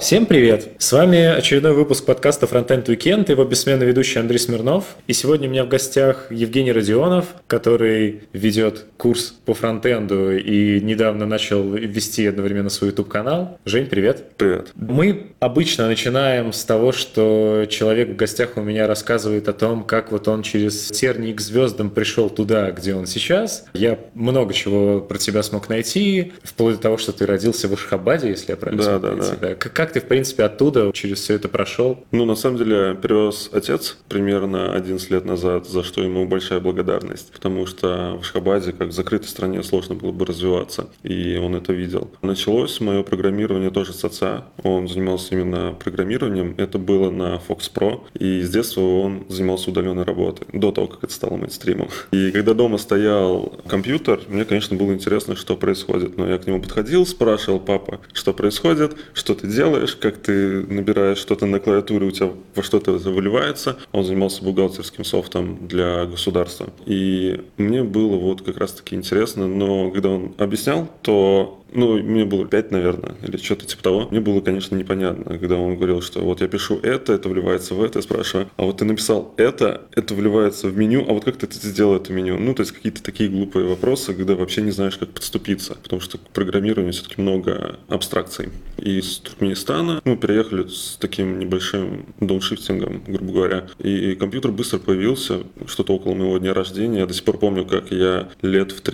Всем привет! С вами очередной выпуск подкаста Frontend Weekend, его бессменный ведущий Андрей Смирнов. И сегодня у меня в гостях Евгений Родионов, который ведет курс по фронтенду и недавно начал вести одновременно свой YouTube-канал. Жень, привет! Привет! Мы обычно начинаем с того, что человек в гостях у меня рассказывает о том, как вот он через тернии к звездам пришел туда, где он сейчас. Я много чего про тебя смог найти, вплоть до того, что ты родился в Ашхабаде, если я правильно смог найти. Да. Как ты, в принципе, оттуда через все это прошел? На самом деле, перевез отец примерно 11 лет назад, за что ему большая благодарность, потому что в Ашхабаде, как в закрытой стране, сложно было бы развиваться, и он это видел. Началось мое программирование тоже с отца, он занимался именно программированием, это было на Fox Pro, и с детства он занимался удаленной работой, до того, как это стало мейнстримом. И когда дома стоял компьютер, мне, конечно, было интересно, что происходит, но я к нему подходил, спрашивал: папа, что происходит, что ты делаешь, как ты набираешь что-то на клавиатуре, у тебя во что-то это выливается. Он занимался бухгалтерским софтом для государства. И мне было вот как раз-таки интересно, но когда он объяснял, то мне было 5, наверное, или что-то типа того. Мне было, конечно, непонятно, когда он говорил, что вот я пишу это вливается в это, я спрашиваю: а вот ты написал это вливается в меню, а вот как ты это сделал, это меню? То есть какие-то такие глупые вопросы, когда вообще не знаешь, как подступиться, потому что к программированию все-таки много абстракций. И из Туркменистана мы переехали с таким небольшим дауншифтингом, грубо говоря, и компьютер быстро появился, что-то около моего дня рождения. Я до сих пор помню, как я лет в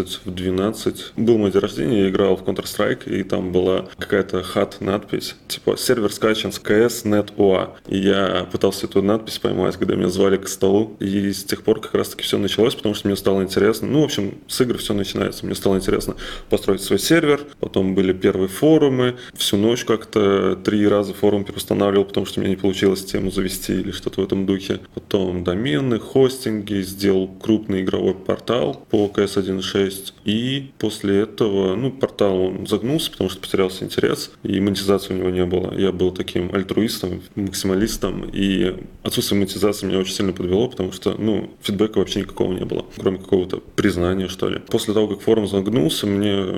13-12, был мой день рождения, я играл в Counter-Strike, и там была какая-то надпись, типа сервер скачан с CS.NET.UA. И я пытался эту надпись поймать, когда меня звали к столу. И с тех пор как раз-таки все началось, потому что мне стало интересно. В общем, с игр все начинается. Мне стало интересно построить свой сервер, потом были первые форумы. Всю ночь как-то 3 раза форум переустанавливал, потому что у меня не получилось тему завести или что-то в этом духе. Потом домены, хостинги, сделал крупный игровой портал по CS 1.6. И после этого, портал он загнулся, потому что потерялся интерес, и монетизации у него не было. Я был таким альтруистом, максималистом, и отсутствие монетизации меня очень сильно подвело, потому что, фидбэка вообще никакого не было, кроме какого-то признания, что ли. После того, как форум загнулся,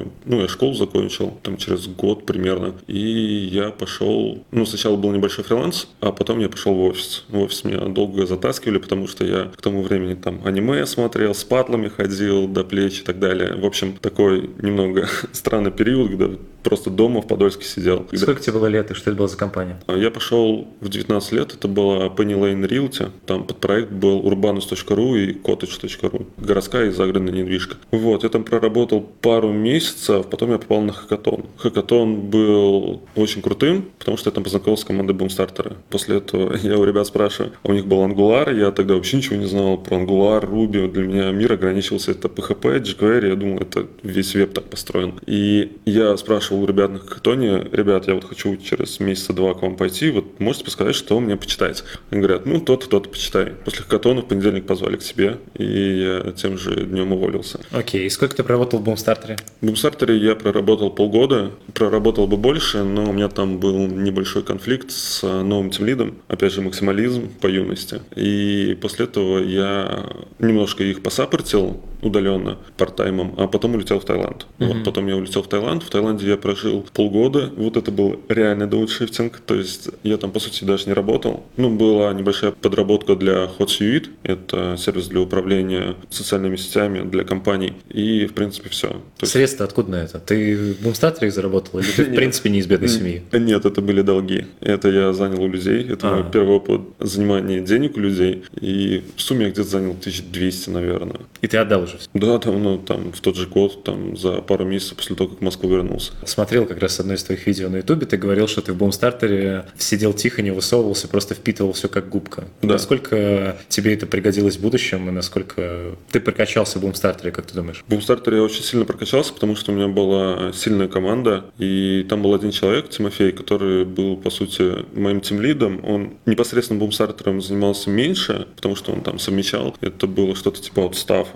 я школу закончил, через год примерно, и я пошел, сначала был небольшой фриланс, а потом я пошел в офис. В офис меня долго затаскивали, потому что я к тому времени там аниме смотрел, с патлами ходил до плеч и так далее. В общем, такой немного странный период, когда просто дома в Подольске сидел. Сколько тебе было лет и что это была за компания? Я пошел в 19 лет, это была Penny Lane Realty, там подпроект был urbanus.ru и cottage.ru, городская и загородная недвижка. Я там проработал пару месяцев, потом я попал на хакатон. Хакатон был очень крутым, потому что я там познакомился с командой Boomstarter. После этого я у ребят спрашиваю, а у них был Angular, я тогда вообще ничего не знал про Angular, Ruby, для меня мир ограничивался это PHP, jQuery, я думал, это весь веб так построен. И я спрашивал у ребят на хакатоне: ребят, я вот хочу через месяца 2 к вам пойти, вот можете подсказать, что мне почитать? Они говорят: то-то, то-то почитай. После хакатона в понедельник позвали к себе, и я тем же днем уволился. Окей, и сколько ты проработал в Boomstarter? В Boomstarter я проработал полгода, проработал бы больше, но у меня там был небольшой конфликт с новым тимлидом, опять же максимализм по юности. И после этого я немножко их посаппортил удаленно, парттаймом, а потом улетел в Таиланд. Потом я улетел в Таиланд. В Таиланде я прожил полгода. Это был реальный дауншифтинг. То есть я там, по сути, даже не работал. Была небольшая подработка для HotSuite. Это сервис для управления социальными сетями для компаний. И, в принципе, все. Средства откуда на это? Ты в Boomstarter их заработал? Или ты, в принципе, не из бедной семьи? Нет, это были долги. Это я занял у людей. Это мой первый опыт занимания денег у людей. И в сумме я где-то занял 1200, наверное. И ты отдал уже? Да, там в тот же год, за пару месяцев после того, как в Москву вернулся. Смотрел как раз одно из твоих видео на Ютубе, ты говорил, что ты в Boomstarter сидел тихо, не высовывался, просто впитывал все как губка. Да. Насколько тебе это пригодилось в будущем, и насколько ты прокачался в Boomstarter, как ты думаешь? В Boomstarter я очень сильно прокачался, потому что у меня была сильная команда, и там был один человек, Тимофей, который был, по сути, моим тимлидом. Он непосредственно Boomstarter занимался меньше, потому что он там совмещал. Это было что-то типа аутстафа, как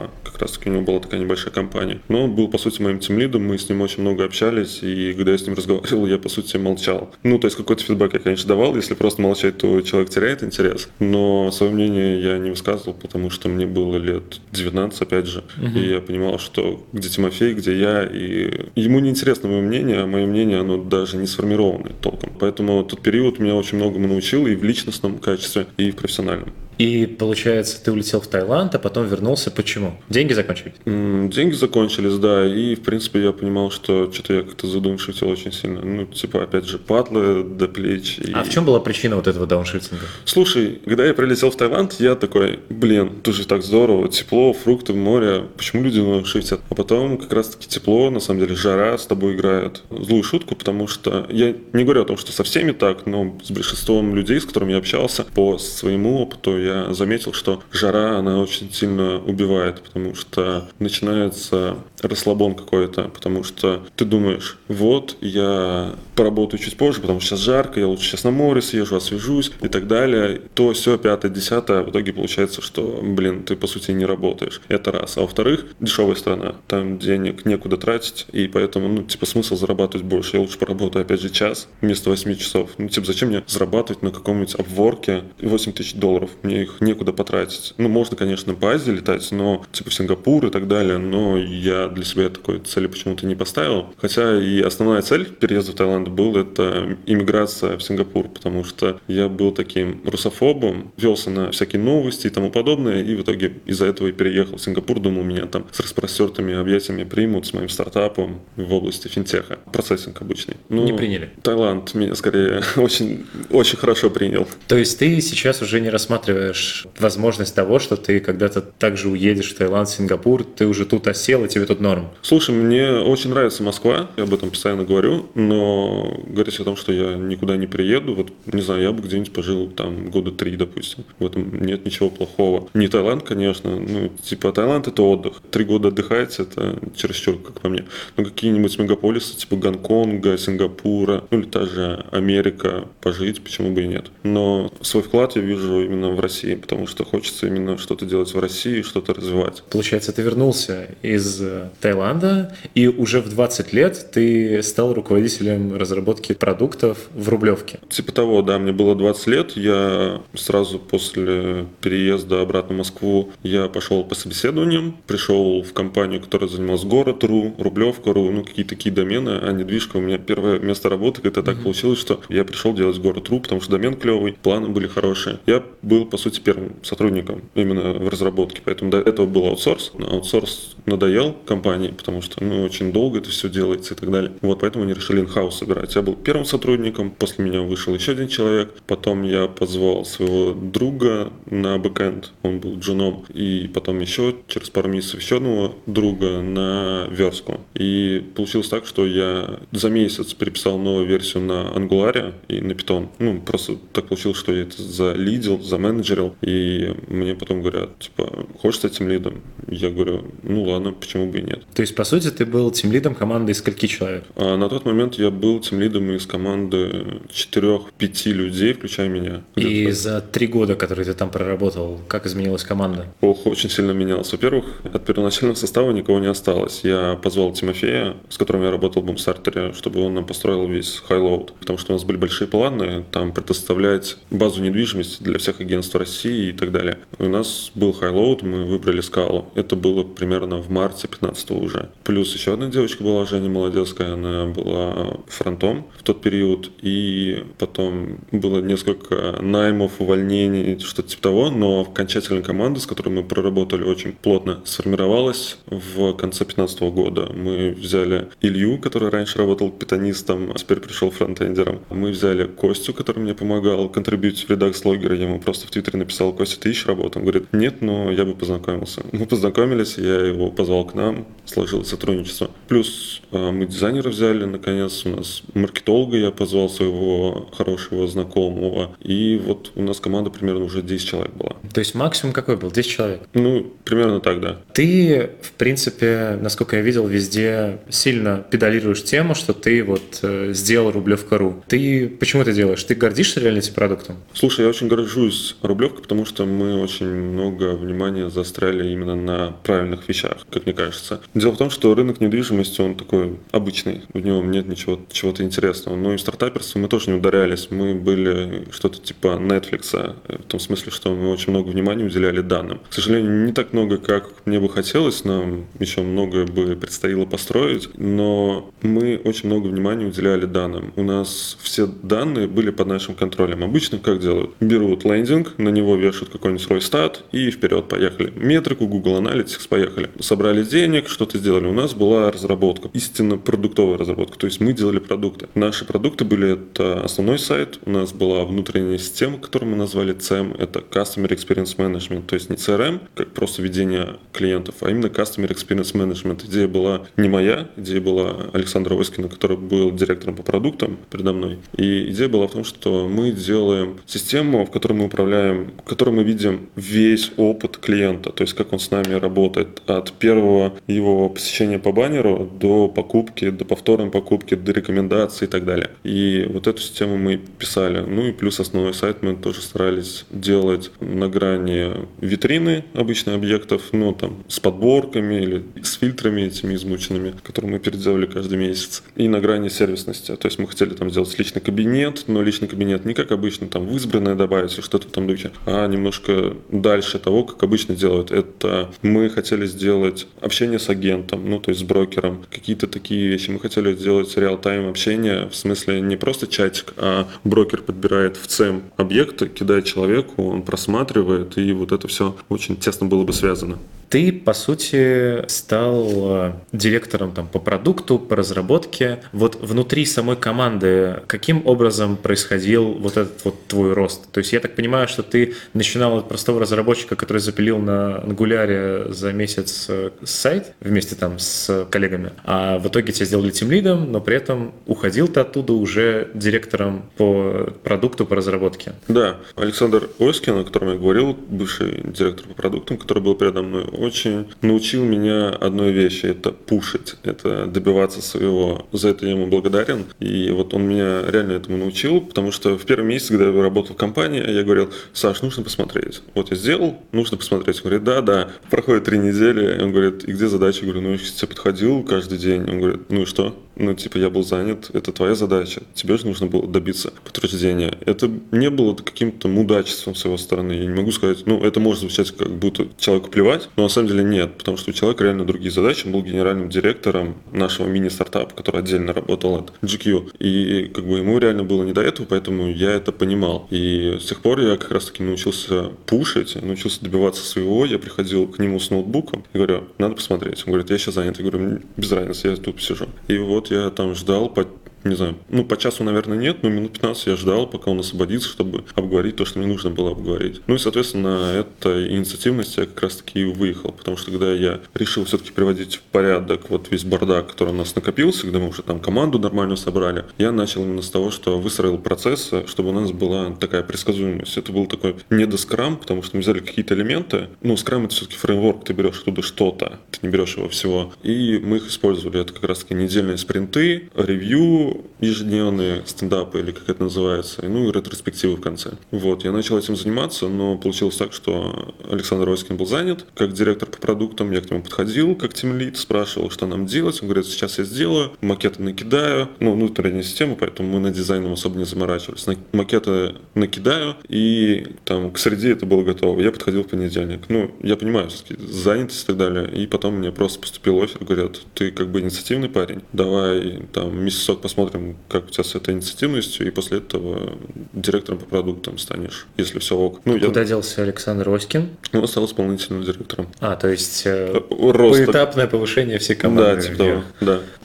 раз-таки у него была такая небольшая компания. Но он был, по сути, моим тимлидом, мы с ним очень много общались, и когда я с ним разговаривал, я, по сути, молчал. Ну, то есть какой-то фидбэк я, конечно, давал, если просто молчать, то человек теряет интерес, но свое мнение я не высказывал, потому что мне было лет 19, опять же, и я понимал, что где Тимофей, где я, и ему не интересно мое мнение, а мое мнение, оно даже не сформировано толком. Поэтому тот период меня очень многому научил и в личностном качестве, и в профессиональном. И, получается, ты улетел в Таиланд, а потом вернулся. Почему? Деньги закончились? Деньги закончились, да, и, в принципе, я понимал, что что-то я как-то задумчивил очень сильно. Ну, типа, опять же, падлы до плеч. А в чем была причина вот этого дауншифтинга? Слушай, когда я прилетел в Таиланд, я такой, тут же так здорово, тепло, фрукты, море, почему люди дауншифтят? А потом как раз-таки тепло, на самом деле, жара с тобой играет злую шутку, потому что я не говорю о том, что со всеми так, но с большинством людей, с которыми я общался, по своему опыту, я заметил, что жара, она очень сильно убивает, потому что начинается расслабон какой-то, потому что ты думаешь, вот, я поработаю чуть позже, потому что сейчас жарко, я лучше сейчас на море съезжу, освежусь и так далее. То все, пятое, десятое, в итоге получается, что, ты, по сути, не работаешь. Это раз. А во-вторых, дешевая страна, там денег некуда тратить, и поэтому, смысл зарабатывать больше. Я лучше поработаю, опять же, час вместо 8 часов. Зачем мне зарабатывать на каком-нибудь апворке $8000? Мне их некуда потратить. Можно, конечно, по Азии летать, но, в Сингапур и так далее, но я для себя такой цели почему-то не поставил. Хотя и основная цель переезда в Таиланд был это иммиграция в Сингапур, потому что я был таким русофобом, велся на всякие новости и тому подобное, и в итоге из-за этого и переехал в Сингапур, думал, меня там с распростертыми объятиями примут с моим стартапом в области финтеха. Процессинг обычный. Не приняли? Таиланд меня скорее очень, очень хорошо принял. То есть ты сейчас уже не рассматриваешь возможность того, что ты когда-то также уедешь в Таиланд, Сингапур, ты уже тут осел, и тебе тут норм? Слушай, мне очень нравится Москва, я об этом постоянно говорю, но говорить о том, что я никуда не приеду, не знаю, я бы где-нибудь пожил там 3 года, допустим. В этом нет ничего плохого. Не Таиланд, конечно, Таиланд это отдых. 3 года отдыхать, это чересчур, как по мне. Но какие-нибудь мегаполисы, типа Гонконга, Сингапура, или та же Америка, пожить, почему бы и нет. Но свой вклад я вижу именно в России, потому что хочется именно что-то делать в России, что-то развивать. Получается, ты вернулся из Таиланда, и уже в 20 лет ты стал руководителем разработки продуктов в Рублевке. Типа того, да, мне было 20 лет, я сразу после переезда обратно в Москву, я пошел по собеседованиям, пришел в компанию, которая занималась Город.ру, Рублевка.ру, какие-то такие домены, а недвижка у меня первое место работы, как-то так получилось, что я пришел делать Город.ру, потому что домен клевый, планы были хорошие. Я был, по сути, первым сотрудником именно в разработке, поэтому до этого был аутсорс. Аутсорс надоел компании, потому что очень долго это все делается и так далее. Поэтому они решили in-house собирать. Я был первым сотрудником, после меня вышел еще один человек, потом я позвал своего друга на бэкэнд, он был джуном, и потом еще через пару месяцев еще одного друга на верстку. И получилось так, что я за месяц переписал новую версию на Angular и на Python. Просто так получилось, что я это залидил, заменеджерил, и мне потом говорят, хочешь стать тимлидом? Я говорю, ладно, почему бы и нет. То есть, по сути, ты был тимлидом команды из скольки человек? А на тот момент я был тимлидом из команды 4-5 людей, включая меня. И за 3 года, которые ты там проработал, как изменилась команда? Очень сильно менялась. Во-первых, от первоначального состава никого не осталось. Я позвал Тимофея, с которым я работал в Бумстартере, чтобы он нам построил весь хайлоуд. Потому что у нас были большие планы, там предоставлять базу недвижимости для всех агентств России и так далее. У нас был хайлоуд, мы выбрали скалу. Это было примерно в марте 15-го уже. Плюс еще одна девочка была, Женя Молодецкая, она была фронтом в тот период. И потом было несколько наймов, увольнений, что-то типа того. Но окончательная команда, с которой мы проработали очень плотно, сформировалась в конце 15-го года. Мы взяли Илью, который раньше работал питонистом, а теперь пришел фронтендером. Мы взяли Костю, который мне помогал контрибьютить в редакс-логер. Я ему просто в Твиттере написал: Костя, ты ищешь работу? Он говорит: нет, но я бы познакомился. Мы познакомились, я его позвал к нам, сложилось сотрудничество. Плюс мы дизайнера взяли, наконец, у нас маркетолога я позвал своего хорошего знакомого, и вот у нас команда примерно уже 10 человек была. То есть максимум какой был? 10 человек? Ну, примерно так, да. Ты, в принципе, насколько я видел, везде сильно педалируешь тему, что ты вот сделал Рублевка.ру. Ты почему это делаешь? Ты гордишься реально этим продуктом? Слушай, я очень горжусь Рублевкой, потому что мы очень много внимания заостряли именно на правильных вещах, как мне кажется. Дело в том, что рынок недвижимости, он такой обычный, в нем нет ничего чего-то интересного. Но и в стартаперстве мы тоже не ударялись. Мы были что-то типа Netflix, в том смысле, что мы очень много внимания уделяли данным. К сожалению, не так много, как мне бы хотелось, нам еще многое бы предстояло построить, но мы очень много внимания уделяли данным. У нас все данные были под нашим контролем. Обычно как делают? Берут лендинг, на него вешают какой-нибудь свой стат и вперед, поехали. Метрику, Google Analytics, поехали. Собрали денег, что-то сделали. У нас была разработка, истинно продуктовая разработка, то есть мы делали продукты. Наши продукты были, это основной сайт, у нас была внутренняя система, которую мы назвали CEM, это Customer Experience Management, то есть не CRM, как просто ведение клиентов, а именно Customer Experience Management. Идея была не моя, идея была Александра Оськина, который был директором по продуктам передо мной. И идея была в том, что мы делаем систему, в которой мы управляем, в которой мы видим весь опыт клиента, то есть как он с нами работает от первого его посещения по баннеру до покупки, до повторной покупки, до рекомендаций и так далее. И вот эту систему мы писали. Ну и плюс основной сайт мы тоже старались делать на грани витрины обычных объектов, ну там с подборками или с фильтрами этими измученными, которые мы переделывали каждый месяц. И на грани сервисности. То есть мы хотели там сделать личный кабинет, но личный кабинет не как обычно там в избранное добавить или что-то там духе, а немножко дальше того, как обычно делают. Это мы хотели сделать общение с агентом, ну то есть с брокером, какие-то такие вещи. Мы хотели сделать реал-тайм общение, в смысле не просто чатик, а брокер подбирает в CEM объекты, кидает человеку, он просматривает, и вот это все очень тесно было бы связано. Ты, по сути, стал директором там, по продукту, по разработке. Вот внутри самой команды каким образом происходил вот этот вот твой рост? То есть я так понимаю, что ты начинал от простого разработчика, который запилил на Angular за месяц сайт вместе там с коллегами, а в итоге тебя сделали тимлидом, но при этом уходил ты оттуда уже директором по продукту, по разработке. Да, Александр Оськин, о котором я говорил, бывший директор по продуктам, который был передо мной, очень научил меня одной вещи – это пушить, это добиваться своего. За это я ему благодарен. И вот он меня реально этому научил, потому что в первый месяц, когда я работал в компании, я говорил: Саш, нужно посмотреть. Вот я сделал, нужно посмотреть. Он говорит: да. Проходит 3 недели, он говорит: и где задача? Я говорю: ну, я к тебе подходил каждый день. Он говорит: ну и что? Ну, типа, я был занят, это твоя задача. Тебе же нужно было добиться подтверждения. Это не было каким-то мудачеством с его стороны. Я не могу сказать, ну, это может звучать, как будто человеку плевать, но на самом деле нет, потому что у человека реально другие задачи. Он был генеральным директором нашего мини-стартапа, который отдельно работал от GQ. И как бы ему реально было не до этого, поэтому я это понимал. И с тех пор я как раз-таки научился пушить, научился добиваться своего. Я приходил к нему с ноутбуком и говорю: надо посмотреть. Он говорит: я сейчас занят. Я говорю: без разницы, я тут сижу. И вот я там ждал, не знаю, ну, по часу, наверное, нет, но минут 15 я ждал, пока он освободится, чтобы обговорить то, что мне нужно было обговорить. Ну и, соответственно, на этой инициативности я как раз-таки и выехал, потому что когда я решил все-таки приводить в порядок вот весь бардак, который у нас накопился, когда мы уже там команду нормально собрали, я начал именно с того, что выстроил процессы, чтобы у нас была такая предсказуемость. Это был такой недоскрам, потому что мы взяли какие-то элементы. Ну, скрам — это все-таки фреймворк, ты берешь оттуда что-то, ты не берешь его всего. И мы их использовали. Это как раз-таки недельные спринты, ревью, ежедневные стендапы, или как это называется, ну и ретроспективы в конце. Вот, я начал этим заниматься, но получилось так, что Александр Оськин был занят как директор по продуктам, я к нему подходил как тимлид, спрашивал, что нам делать, он говорит: сейчас я сделаю, макеты накидаю, ну, внутренняя система, поэтому мы над дизайном особо не заморачивались, макеты накидаю, и там к среде это было готово. Я подходил в понедельник, ну, я понимаю, занятость и так далее, и потом мне просто поступил оффер, говорят: ты как бы инициативный парень, давай там месяцок посмотрим, как у тебя с этой инициативностью, и после этого директором по продуктам станешь, если все ок. Ну, Куда делся Александр Оськин? Он стал исполнительным директором. То есть Роста. поэтапное повышение всей команды. Да, типа того, да.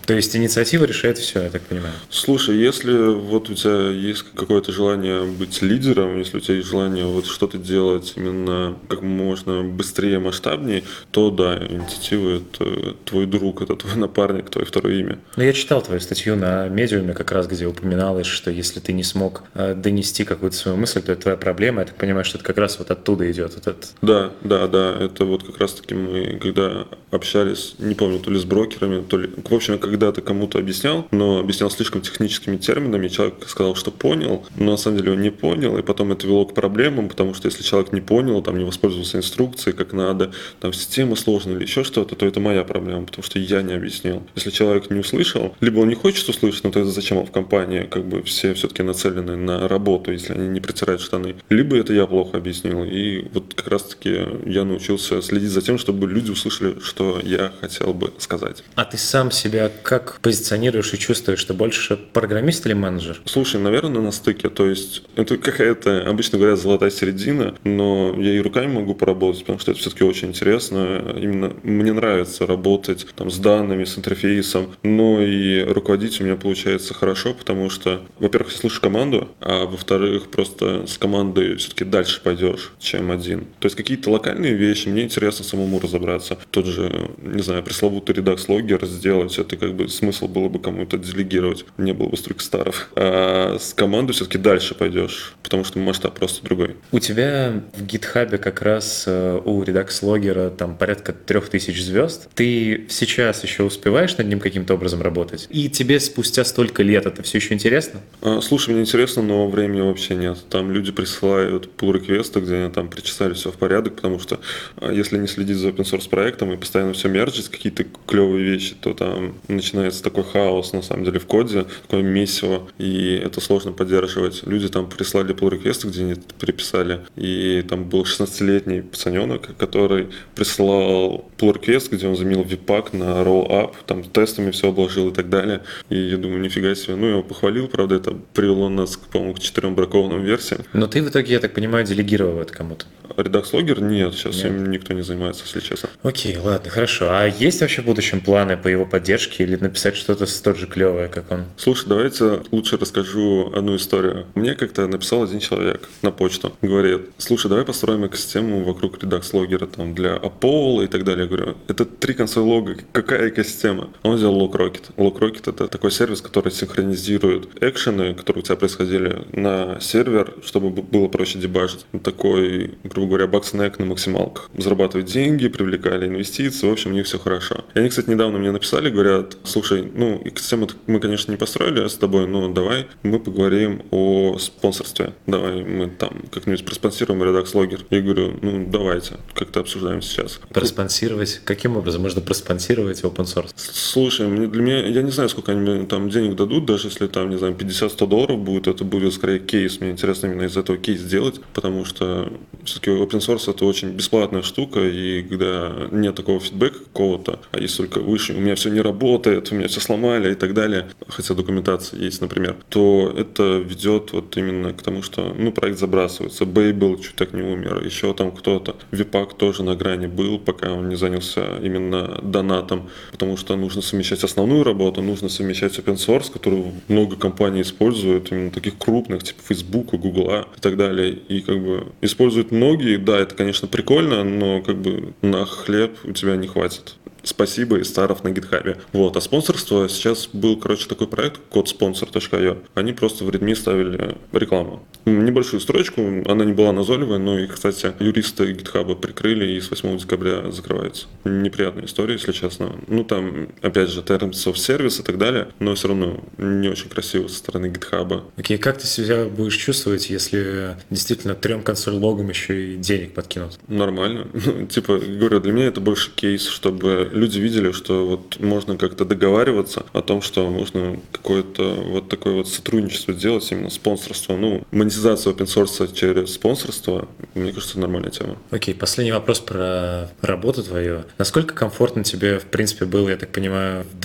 То есть инициатива решает все, я так понимаю. Слушай, если вот у тебя есть какое-то желание быть лидером, если у тебя есть желание вот что-то делать именно как можно быстрее, масштабнее, то да, инициатива — это твой друг, это твой напарник, твое второе имя. Ну, я читал твою статью на Медиуме, как раз где упоминалось, что если ты не смог донести какую-то свою мысль, то это твоя проблема. Я так понимаю, что это как раз вот оттуда идет. Вот этот... Да, да, да, это вот как раз-таки мы, когда общались, не помню, то ли с брокерами, то ли... В общем, я когда-то кому-то объяснял, но объяснял слишком техническими терминами, человек сказал, что понял, но на самом деле он не понял, и потом это вело к проблемам, потому что если человек не понял, там не воспользовался инструкцией, как надо, там система сложная или еще что-то, то это моя проблема, потому что я не объяснил. Если человек не услышал, либо он не хочет услышать, но тогда зачем он в компании, как бы все все-таки нацелены на работу, если они не протирают штаны, либо это я плохо объяснил, и вот как раз-таки я научился следить за тем, чтобы люди услышали, что я хотел бы сказать. А ты сам себя как позиционируешь и чувствуешь, что больше программист или менеджер? Слушай, наверное, на стыке, то есть это какая-то, обычно говорят, золотая середина, но я и руками могу поработать, потому что это все-таки очень интересно, именно мне нравится работать там с данными, с интерфейсом, но и руководить у меня получается хорошо, потому что, во-первых, я слышу команду, а во-вторых, просто с командой все-таки дальше пойдешь, чем один. То есть какие-то локальные вещи, мне интересно самому разобраться. Тот же, не знаю, пресловутый редакс-логер сделать, это как бы смысл было бы кому-то делегировать, не было бы столько старов. А с командой все-таки дальше пойдешь, потому что масштаб просто другой. У тебя в гитхабе как раз у редакс-логера там порядка 3000 звезд. Ты сейчас еще успеваешь над ним каким-то образом работать? И тебе спустя столько лет это все еще интересно? Слушай, мне интересно, но времени вообще нет. Там люди присылают pull-реквесты, где они там причесали все в порядок, потому что если не следить за open-source проектом и постоянно все мерджить, какие-то клевые вещи, то там начинается такой хаос, на самом деле, в коде, такое месиво, и это сложно поддерживать. Люди там прислали pull-реквесты, где они это переписали, и там был 16-летний пацаненок, который прислал pull-реквест, где он заменил веб-пак на roll-up, там тестами все обложил и так далее. И я думаю, нифига себе. Ну, я его похвалил, правда, это привело нас, по-моему, к 4 бракованным версиям. Но ты в итоге, я так понимаю, делегировал это кому-то. Редакс-логер? Нет, сейчас Нет. им никто не занимается, если честно. Окей, ладно, хорошо. А есть вообще в будущем планы по его поддержке или написать что-то столь же клевое, как он? Слушай, давайте лучше расскажу одну историю. Мне как-то написал один человек на почту. Говорит, слушай, давай построим экосистему вокруг редакс-логера там, для Apollo и так далее. Я говорю, это 3 консоль лога, какая экосистема? Он взял LogRocket. LogRocket — это такой сервис, который синхронизирует экшены, которые у тебя происходили на сервер, чтобы было проще дебажить. Такой, грубо говоря, бакснек на максималках. Зарабатывают деньги, привлекали инвестиции, в общем, у них все хорошо. И они, кстати, недавно мне написали, говорят, слушай, ну, экосистему мы, конечно, не построили с тобой, но давай мы поговорим о спонсорстве. Давай мы там как-нибудь проспонсируем редакс-логер. Я говорю, ну, давайте, как-то обсуждаем сейчас. Проспонсировать? Каким образом можно проспонсировать open source? Слушай, для меня, я не знаю, сколько они там денег дадут, даже если там, не знаю, $50-100 будет, это будет скорее кейс. Мне интересно именно из этого кейс сделать, потому что все-таки open source — это очень бесплатная штука, и когда нет такого фидбэка какого-то, а есть только выше, у меня все не работает, у меня все сломали и так далее, хотя документация есть, например, то это ведет вот именно к тому, что, ну, проект забрасывается. Babel чуть так не умер, еще там кто-то. Випак тоже на грани был, пока он не занялся именно донатом, потому что нужно совмещать основную работу, нужно совмещать open source, который много компаний используют, именно таких крупных, типа Facebook, Google и так далее, и как бы используют многие. Да, это, конечно, прикольно, но как бы на хлеб у тебя не хватит. Спасибо из старов на гитхабе. Вот. А спонсорство, сейчас был, короче, такой проект, codesponsor.io. Они просто в Redmi ставили рекламу. Небольшую строчку, она не была назойливая, но и, кстати, юристы гитхаба прикрыли и с 8 декабря закрывается. Неприятная история, если честно. Ну, там, опять же, terms of service и так далее, но все равно не очень красиво со стороны гитхаба. Окей, как ты себя будешь чувствовать, если действительно 3 консоль-логам еще и денег подкинут? Нормально. Типа, говорю, для меня это больше кейс, чтобы люди видели, что вот можно как-то договариваться о том, что можно какое-то вот такое вот сотрудничество делать, именно спонсорство. Ну, монетизация open source через спонсорство, мне кажется, нормальная тема. Окей, последний вопрос про работу твою. Насколько комфортно тебе, в принципе, было, я так понимаю, в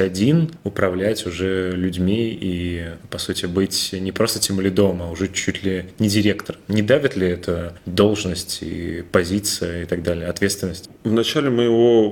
21 управлять уже людьми и, по сути, быть не просто тимлидом, а уже чуть ли не директор? Не давит ли это должность и позиция и так далее, ответственность? В начале моего тимлидства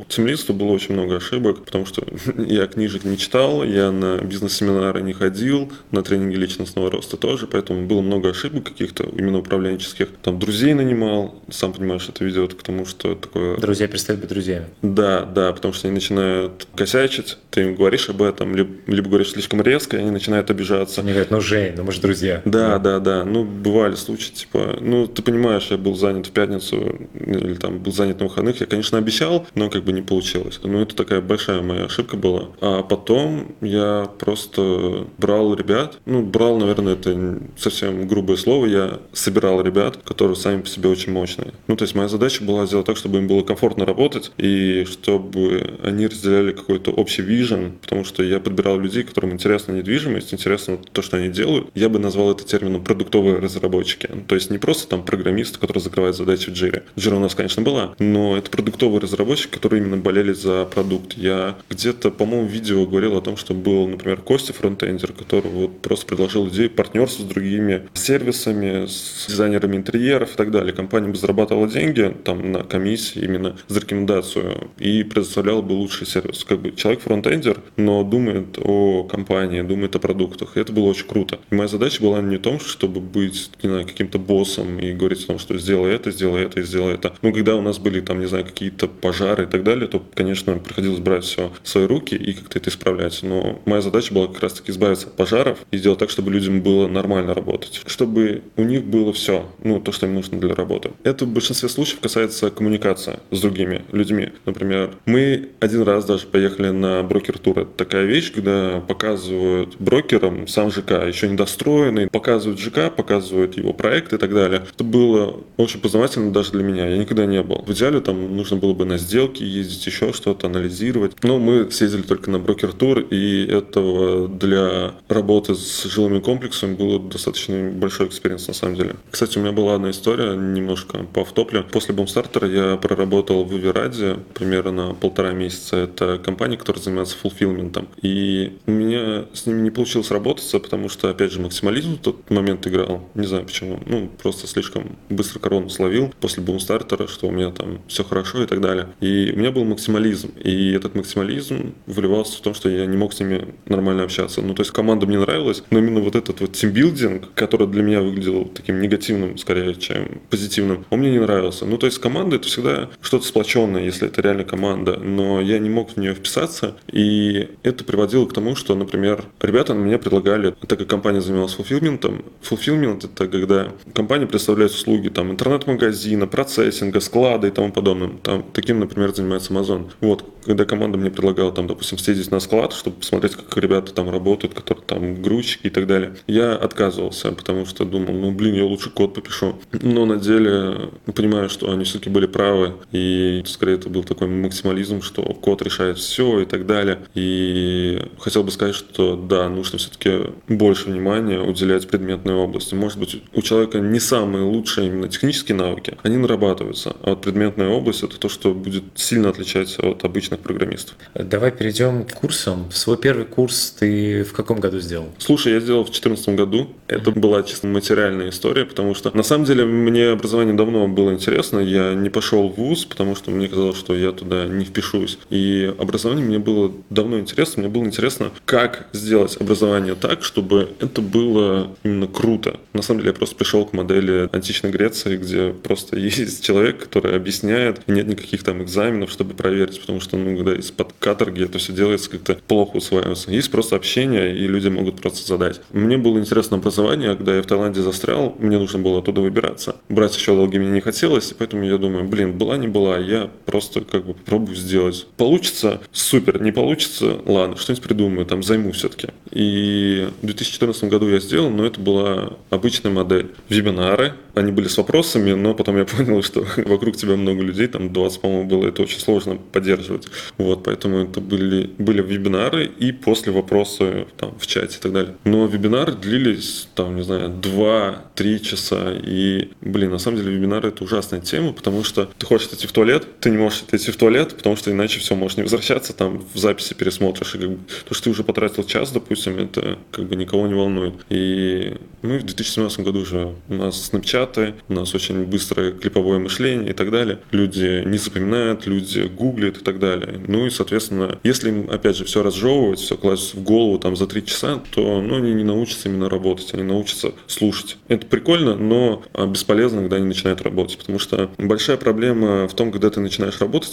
что было очень много ошибок, потому что я книжек не читал, я на бизнес-семинары не ходил, на тренинги личностного роста тоже, поэтому было много ошибок каких-то именно управленческих. Там друзей нанимал, сам понимаешь, это ведет к тому, что такое... Друзья перестают быть друзьями. Да, потому что они начинают косячить, ты им говоришь об этом, либо говоришь слишком резко, и они начинают обижаться. Они говорят, ну, Жень, ну мы же друзья. Да. Ну, бывали случаи, типа, ну, ты понимаешь, я был занят в пятницу, или там был занят на выходных, я, конечно, обещал, но как бы не получилось. Ну, это такая большая моя ошибка была. А потом я просто брал ребят, брал, наверное, это совсем грубое слово, я собирал ребят, которые сами по себе очень мощные. Ну, то есть моя задача была сделать так, чтобы им было комфортно работать, и чтобы они разделяли какой-то общий вижен, потому что я подбирал людей, которым интересна недвижимость, интересно то, что они делают. Я бы назвал это термином продуктовые разработчики. То есть не просто там программисты, которые закрывают задачи в Jira. Jira у нас, конечно, была, но это продуктовые разработчики, которые именно болели за продукт. Я где-то, по-моему, в видео говорил о том, что был, например, Костя, фронтендер, который вот просто предложил идею партнерства с другими сервисами, с дизайнерами интерьеров и так далее. Компания бы зарабатывала деньги там на комиссии именно за рекомендацию и предоставляла бы лучший сервис. Как бы человек фронтендер, но думает о компании, думает о продуктах. И это было очень круто. И моя задача была не в том, чтобы быть, не знаю, каким-то боссом и говорить о том, что сделай это и сделай это. Ну, когда у нас были там, не знаю, какие-то пожары и так далее, то, конечно, приходилось брать все в свои руки и как-то это исправлять. Но моя задача была как раз-таки избавиться от пожаров и сделать так, чтобы людям было нормально работать. Чтобы у них было все, то, что им нужно для работы. Это в большинстве случаев касается коммуникации с другими людьми. Например, мы один раз даже поехали на брокер-тур. Это такая вещь, когда показывают брокерам сам ЖК, еще недостроенный, показывают ЖК, показывают его проект и так далее. Это было очень познавательно даже для меня. Я никогда не был. В идеале там нужно было бы на сделки ездить, еще что-то анализировать. Но мы съездили только на брокер-тур, и этого для работы с жилыми комплексами было достаточно большой экспириенс на самом деле. Кстати, у меня была одна история, немножко по автопле. После бумстартера я проработал в Вивираде примерно 1,5 месяца. Это компания, которая занимается фулфилментом. И у меня с ними не получилось работаться, потому что, опять же, максимализм в тот момент играл. Не знаю почему. Просто слишком быстро корону словил после бумстартера, что у меня там все хорошо и так далее. И у меня был максимализм. И этот максимализм выливался в том, что я не мог с ними нормально общаться. То есть команда мне нравилась, но именно вот этот вот тимбилдинг, который для меня выглядел таким негативным, скорее, чем позитивным, он мне не нравился. То есть команда — это всегда что-то сплоченное, если это реально команда, но я не мог в нее вписаться, и это приводило к тому, что, например, ребята мне предлагали, так как компания занималась фулфилментом, фулфилмент — это когда компания предоставляет услуги там интернет-магазина, процессинга, склада и тому подобное. Таким, например, занимается Amazon. Когда команда мне предлагала там, допустим, съездить на склад, чтобы посмотреть, как ребята там работают, которые там грузчики и так далее, я отказывался, потому что думал, я лучше код попишу. Но на деле понимаю, что они все-таки были правы, и скорее это был такой максимализм, что код решает все и так далее. И хотел бы сказать, что да, нужно все-таки больше внимания уделять предметной области. Может быть, у человека не самые лучшие именно технические навыки, они нарабатываются, а вот предметная область — это то, что будет сильно отличаться от обычных программистов. Давай перейдем к курсам. Свой первый курс ты в каком году сделал? Слушай, я сделал в 2014 году. Это была чисто материальная история, потому что на самом деле мне образование давно было интересно. Я не пошел в вуз, потому что мне казалось, что я туда не впишусь. И образование мне было давно интересно. Мне было интересно, как сделать образование так, чтобы это было именно круто. На самом деле я просто пришел к модели античной Греции, где просто есть человек, который объясняет, и нет никаких там экзаменов, чтобы проверить, потому что, когда из-под каторги это все делается, как-то плохо усваивается. Есть просто общение, и люди могут просто задать. Мне было интересно образование, когда я в Таиланде застрял, мне нужно было оттуда выбираться. Брать еще долги мне не хотелось, и поэтому я думаю, была не была, я просто попробую сделать. Получится — супер, не получится — ладно, что-нибудь придумаю, займу все-таки. И в 2014 году я сделал, но это была обычная модель. Вебинары, они были с вопросами, но потом я понял, что вокруг тебя много людей, 20, по-моему, было, это очень сложно поддерживать. Поэтому это были вебинары и после вопросы в чате и так далее. Но вебинары длились, 2-3 часа. И, на самом деле вебинары — это ужасная тема, потому что ты хочешь идти в туалет, ты не можешь идти в туалет, потому что иначе все, можешь не возвращаться, в записи пересмотришь. И то, что ты уже потратил час, допустим, это никого не волнует. И мы в 2017 году уже, у нас Snapchat чаты, у нас очень быстрое клиповое мышление и так далее. Люди не запоминают, люди гуглят и так далее. Ну и, соответственно, если им, опять же, все разжевывать, все класть в голову там за 3 часа, то они не научатся именно работать, они научатся слушать. Это прикольно, но бесполезно, когда они начинают работать, потому что большая проблема в том, когда ты начинаешь работать,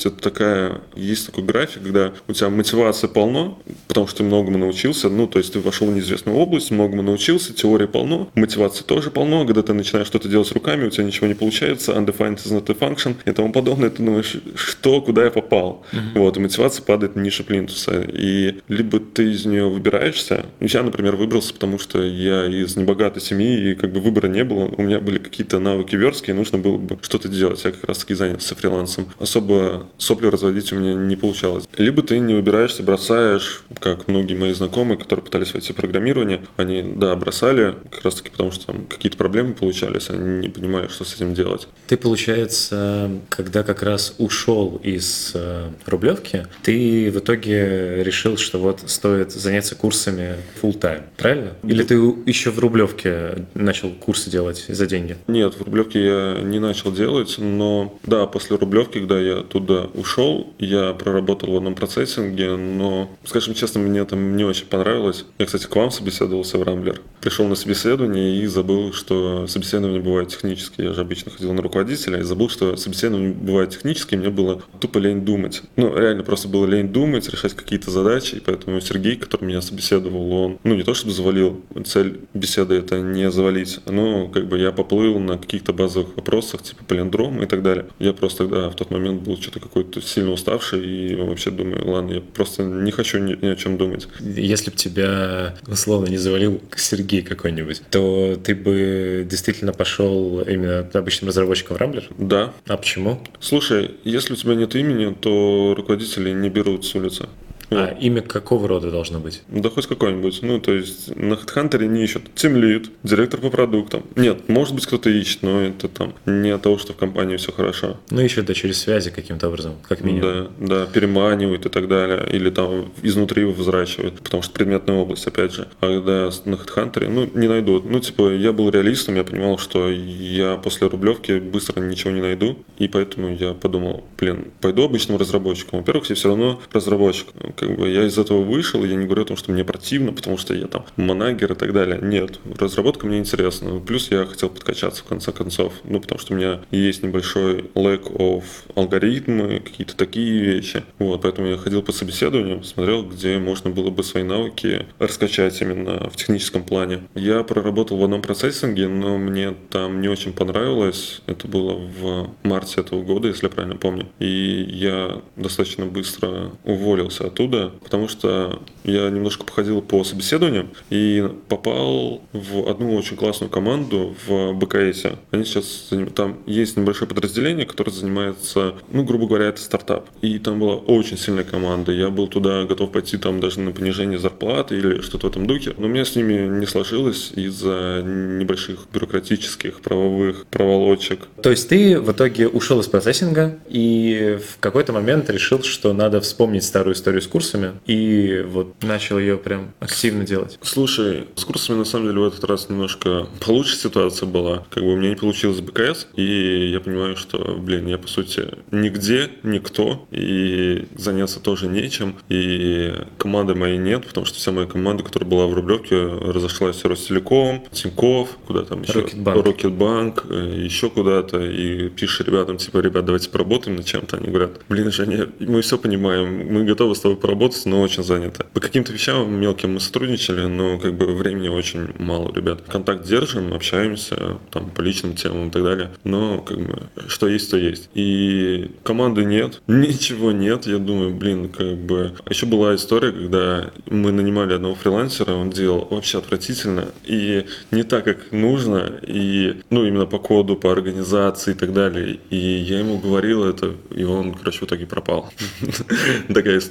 есть такой график, когда у тебя мотивация полно, потому что ты многому научился, то есть ты вошел в неизвестную область, многому научился, теории полно, мотивации тоже полно, когда ты начинаешь что-то делать руками, у тебя ничего не получается, undefined is not a function и тому подобное, ты думаешь, куда я попал. И мотивация падает ниже плинтуса, и либо ты из нее выбираешься, я, например, выбрался, потому что я из небогатой семьи, и выбора не было, у меня были какие-то навыки верстки, и нужно было бы что-то делать, я как раз таки занялся фрилансом, особо сопли разводить у меня не получалось. Либо ты не выбираешься, бросаешь, как многие мои знакомые, которые пытались войти в программирование, они, бросали, как раз таки потому, что там какие-то проблемы получались, они не понимали, что с этим делать. Ты, получается, когда как раз ушел из Рублевки, ты в итоге решил, что стоит заняться курсами full-time, правильно? Или ты еще в Рублевке начал курсы делать за деньги? Нет, в Рублевке я не начал делать, но после Рублевки, когда я туда ушел, я проработал в одном процессинге, но, скажем честно, мне там не очень понравилось. Я, кстати, к вам собеседовался в Рамблер. Пришел на собеседование и забыл, что собеседование бывает технические. Я же обычно ходил на руководителя и забыл, что собеседование бывает технические, мне было тупо лень думать. Реально просто было лень думать, решать какие-то задачи, и поэтому Сергей, который меня собеседовал, он, не то чтобы завалил, цель беседы это не завалить, но я поплыл на каких-то базовых вопросах, типа палиндром и так далее. Я просто тогда в тот момент был что-то какой-то сильно уставший и вообще думаю, ладно, я просто не хочу ни о чем думать. Если бы тебя условно не завалил Сергей какой-нибудь, то ты бы действительно пошел именно обычным разработчиком в Рамблер? Да. А почему? Слушай, если у тебя нет имени, то руководители не берут с улицы. А имя какого рода должно быть? Да хоть какой-нибудь. То есть на HeadHunter не ищут тимлид, директор по продуктам. Нет, может быть кто-то ищет, но это там не от того, что в компании все хорошо. Ищут, через связи каким-то образом, как минимум. Да, переманивают и так далее. Или там изнутри взращивают, потому что предметная область, опять же. А когда на HeadHunter, не найдут. Я был реалистом, я понимал, что я после Рублевки быстро ничего не найду. И поэтому я подумал, пойду обычным разработчиком. Во-первых, я все равно разработчик. Я из этого вышел, я не говорю о том, что мне противно, потому что я там манагер и так далее. Нет, разработка мне интересна. Плюс я хотел подкачаться в конце концов, потому что у меня есть небольшой lack of алгоритмы, какие-то такие вещи. Поэтому я ходил по собеседованиям, смотрел, где можно было бы свои навыки раскачать именно в техническом плане. Я проработал в одном процессинге, но мне там не очень понравилось. Это было в марте этого года, если я правильно помню. И я достаточно быстро уволился оттуда, потому что я немножко походил по собеседованиям и попал в одну очень классную команду в БКС. Они сейчас там есть небольшое подразделение, которое занимается, грубо говоря, это стартап. И там была очень сильная команда. Я был туда готов пойти там даже на понижение зарплаты или что-то в этом духе. Но у меня с ними не сложилось из-за небольших бюрократических правовых проволочек. То есть ты в итоге ушел из процессинга и в какой-то момент решил, что надо вспомнить старую историю с курсами, и начал ее прям активно делать. Слушай, с курсами на самом деле в этот раз немножко получше ситуация была. У меня не получилось БКС, и я понимаю, что, я по сути нигде, никто, и заняться тоже нечем, и команды моей нет, потому что вся моя команда, которая была в Рублевке, разошлась в Ростелеком, Тинькофф, куда там еще? Рокетбанк, еще куда-то, и пишешь ребятам, ребят, давайте поработаем над чем-то. Они говорят, Женя, мы все понимаем, мы готовы с тобой поработать, но очень заняты. По каким-то вещам мелким мы сотрудничали, но времени очень мало, ребят. Контакт держим, общаемся, там, по личным темам и так далее, но что есть, то есть. И команды нет, ничего нет, я думаю, Еще была история, когда мы нанимали одного фрилансера, он делал вообще отвратительно, и не так, как нужно, и, именно по коду, по организации и так далее, и я ему говорил это, и он, в итоге пропал. Такая история. И в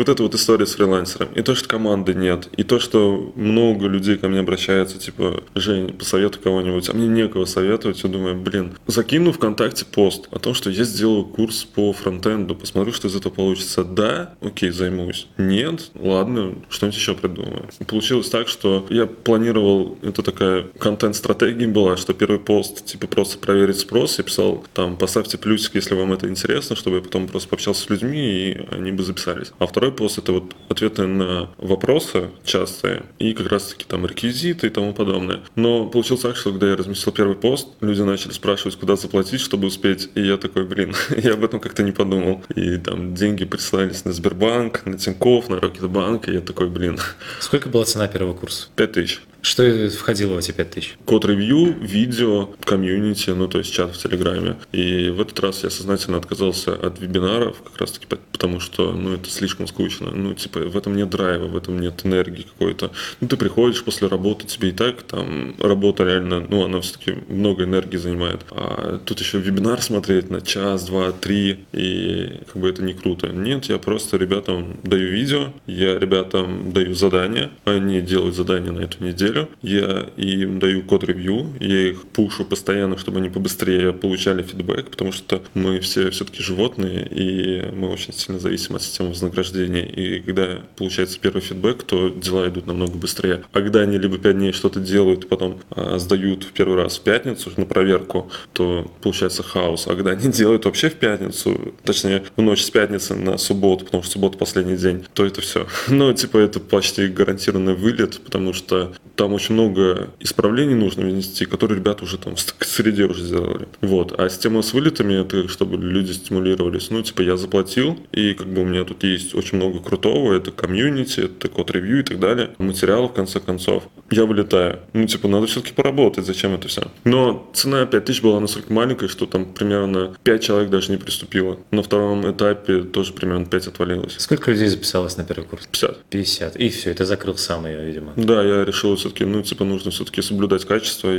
вот эта вот история с фрилансером, и то, что команды нет, и то, что много людей ко мне обращаются, типа, Жень, посоветуй кого-нибудь, а мне некого советовать, я думаю, блин, закину ВКонтакте пост о том, что я сделаю курс по фронтенду, посмотрю, что из этого получится. Да, окей, займусь. Нет, ладно, что-нибудь еще придумаю. Получилось так, что я планировал, это такая контент-стратегия была, что первый пост, типа, просто проверить спрос, я писал, там, поставьте плюсик, если вам это интересно, чтобы я потом просто пообщался с людьми, и они бы записались. А второй пост — это вот ответы на вопросы частые, и как раз-таки там реквизиты и тому подобное. Но получилось так, что когда я разместил первый пост, люди начали спрашивать, куда заплатить, чтобы успеть, и я такой, блин, я об этом как-то не подумал. И там деньги присылались на Сбербанк, на Тинькофф, на Рокетбанк, и я такой, блин. Сколько была цена первого курса? 5000. Что входило в эти 5000? Код-ревью, видео, комьюнити, ну то есть чат в Телеграме. И в этот раз я сознательно отказался от вебинаров, как раз таки потому, что ну это слишком скучно. Ну типа в этом нет драйва, в этом нет энергии какой-то. Ну ты приходишь после работы, тебе и так там работа реально, ну она все-таки много энергии занимает. А тут еще вебинар смотреть на час, два, три, и как бы это не круто. Нет, я просто ребятам даю видео, я ребятам даю задания, они делают задания на эту неделю, я им даю код-ревью, я их пушу постоянно, чтобы они побыстрее получали фидбэк, потому что мы все-таки животные, и мы очень сильно зависим от системы вознаграждения. И когда получается первый фидбэк, то дела идут намного быстрее. А когда они либо 5 дней что-то делают, потом сдают в первый раз в пятницу на проверку, то получается хаос. А когда они делают вообще в пятницу, точнее в ночь с пятницы на субботу, потому что суббота последний день, то это все. Ну, типа это почти гарантированный вылет, потому что там очень много исправлений нужно внести, которые ребята уже там в среде уже сделали. Вот. А система с вылетами, это чтобы люди стимулировались. Ну, типа, я заплатил, и как бы у меня тут есть очень много крутого. Это комьюнити, это код-ревью и так далее. Материалы, в конце концов. Я вылетаю. Ну, типа, надо все-таки поработать. Зачем это все? Но цена 5000 была настолько маленькая, что там примерно 5 человек даже не приступило. На втором этапе тоже примерно 5 отвалилось. Сколько людей записалось на первый курс? 50. 50. И все, это закрыл сам ее, видимо. Да, я решил все-таки, ну, типа, нужно все-таки соблюдать качество,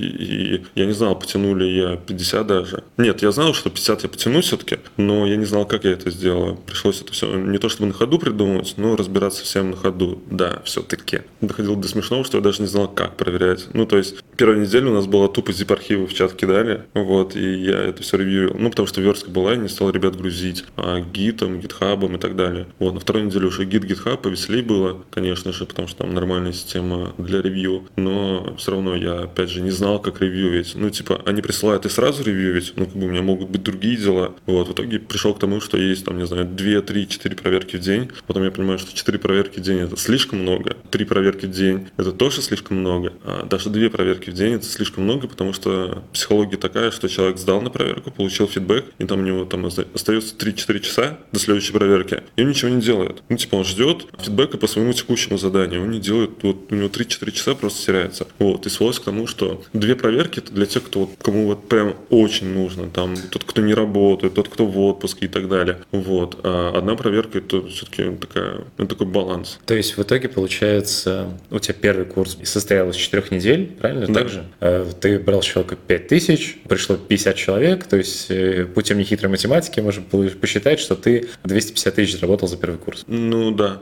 и я не знал, потяну ли я 50 даже. Нет, я знал, что 50 я потяну все-таки, но я не знал, как я это сделаю. Пришлось это все не то чтобы на ходу придумывать, но разбираться всем на ходу. Да, все-таки. Доходило до смешного, что я даже не знал, как проверять. Ну, то есть, первую неделю у нас было тупо zip-архивы в чат кидали, вот, и я это все ревьюил. Ну, потому что верстка была, я не стал ребят грузить гитом, гитхабом и так далее. Вот, на второй неделе уже гит-гитхаб, повеселее было, конечно же, потому что там нормальная система для ревью, но все равно я, опять же, не знал, как ревьювить. Ну, типа, они присылают и сразу ревьювить, ну, как бы у меня могут быть другие дела. Вот, в итоге пришел к тому, что есть, там, не знаю, 2, 3, 4 проверки в день. Потом я понимаю, что 4 проверки в день — это слишком много, 3 проверки в день — это тоже слишком много, а даже 2 проверки в день — это слишком много, потому что психология такая, что человек сдал на проверку, получил фидбэк, и там у него там остается 3-4 часа до следующей проверки, и он ничего не делает. Ну, типа, он ждет фидбэка по своему текущему заданию, он не делает, вот у него 3-4 часа просто теряется. Вот, и свелось к тому, что 2 проверки — это для тех, кто, кому вот прям очень нужно, там, тот, кто не работает, тот, кто в отпуске и так далее. Вот, а 1 проверка — это все-таки такой баланс. То есть в итоге, получается, у тебя первый курс состоял из 4 недель, правильно? Да. Так же? Ты брал с человека 5000, пришло 50 человек, то есть путем нехитрой математики можно посчитать, что ты 250 тысяч заработал за первый курс. Ну да.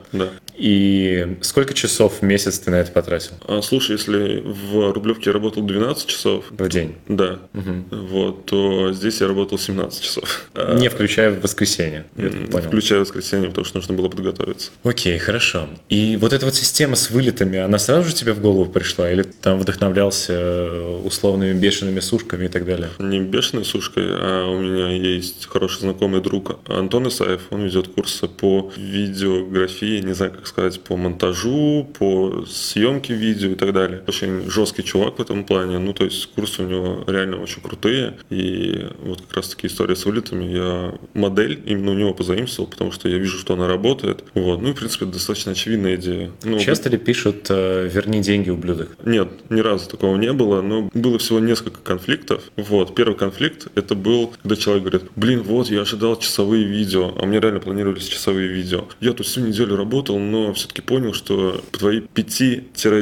И сколько часов в месяц ты на это потратил? Слушай, если в Рублевке я работал 12 часов В день? Да. Вот, то здесь я работал 17 часов. Не включая воскресенье, я понял. Включая воскресенье, потому что нужно было подготовиться. Окей, хорошо. И вот эта вот система с вылетами, она сразу же тебе в голову пришла? Или ты там вдохновлялся условными бешеными сушками и так далее? Не бешеной сушкой, а у меня есть хороший знакомый друг Антон Исаев. Он ведет курсы по видеографии, не знаю, как сказать, по монтажу, по съемке видео и так далее. Очень жесткий чувак в этом плане. Ну, то есть курсы у него реально очень крутые. И вот как раз таки история с вылетами. Я модель именно у него позаимствовал, потому что я вижу, что она работает. Вот. Ну и, в принципе, достаточно очевидная идея. Ну, часто ли пишут «верни деньги, ублюдок»? Нет, ни разу такого не было, но было всего несколько конфликтов. Вот. Первый конфликт — это был, когда человек говорит: блин, вот я ожидал часовые видео, а у меня реально планировались часовые видео. Я тут всю неделю работал, но все-таки понял, что по твои 5-10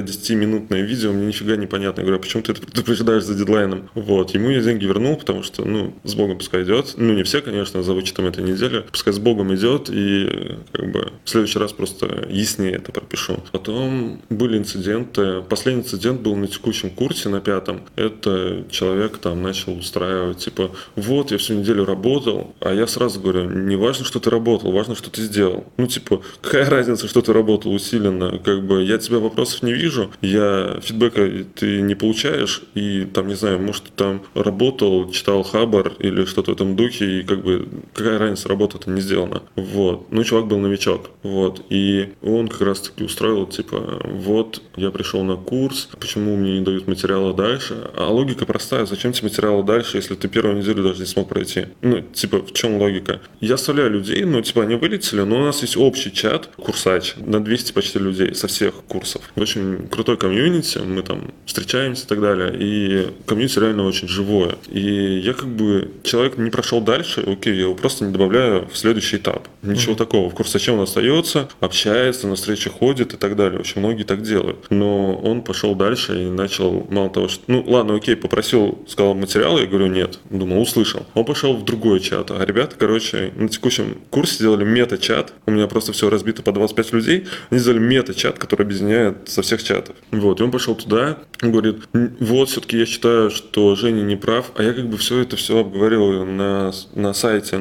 10-минутное видео, мне нифига не понятно. Я говорю, а почему ты предупреждаешь за дедлайном? Вот, ему я деньги вернул, потому что, с Богом пускай идет. Не все, конечно, за вычетом этой недели. Пускай с Богом идет, и как бы в следующий раз просто яснее это пропишу. Потом были инциденты. Последний инцидент был на текущем курсе, на 5-м. Это человек там начал устраивать, типа, вот, я всю неделю работал, а я сразу говорю, не важно, что ты работал, важно, что ты сделал. Какая разница, что ты работал усиленно? Как бы я от тебя вопросов не вижу, фидбэка ты не получаешь, и там, не знаю, может, ты там работал, читал хабар или что-то в этом духе, и как бы какая разница, работа-то не сделана. Вот. Чувак был новичок. Вот. И он как раз-таки устроил, типа, вот, я пришел на курс, почему мне не дают материала дальше? А логика простая, зачем тебе материалы дальше, если ты первую неделю даже не смог пройти? В чем логика? Я оставляю людей, они вылетели, но у нас есть общий чат, курсач, на 200 почти людей со всех курсов. Очень крутой комьюнити, мы там встречаемся и так далее, и комьюнити реально очень живое. И я человек не прошел дальше, окей, я его просто не добавляю в следующий этап. Ничего такого. В курсаче он остается, общается, на встречи ходит и так далее. Очень многие так делают. Но он пошел дальше и начал, мало того, что... ладно, окей, попросил, сказал материалы, я говорю, нет. Думал, услышал. Он пошел в другой чат. А ребята, на текущем курсе сделали мета-чат. У меня просто все разбито по 25 людей. Они сделали мета-чат, который объединяет со всех чатов. Вот, и он пошел туда, он говорит, вот, все-таки я считаю, что Женя не прав, а я все это обговорил на сайте.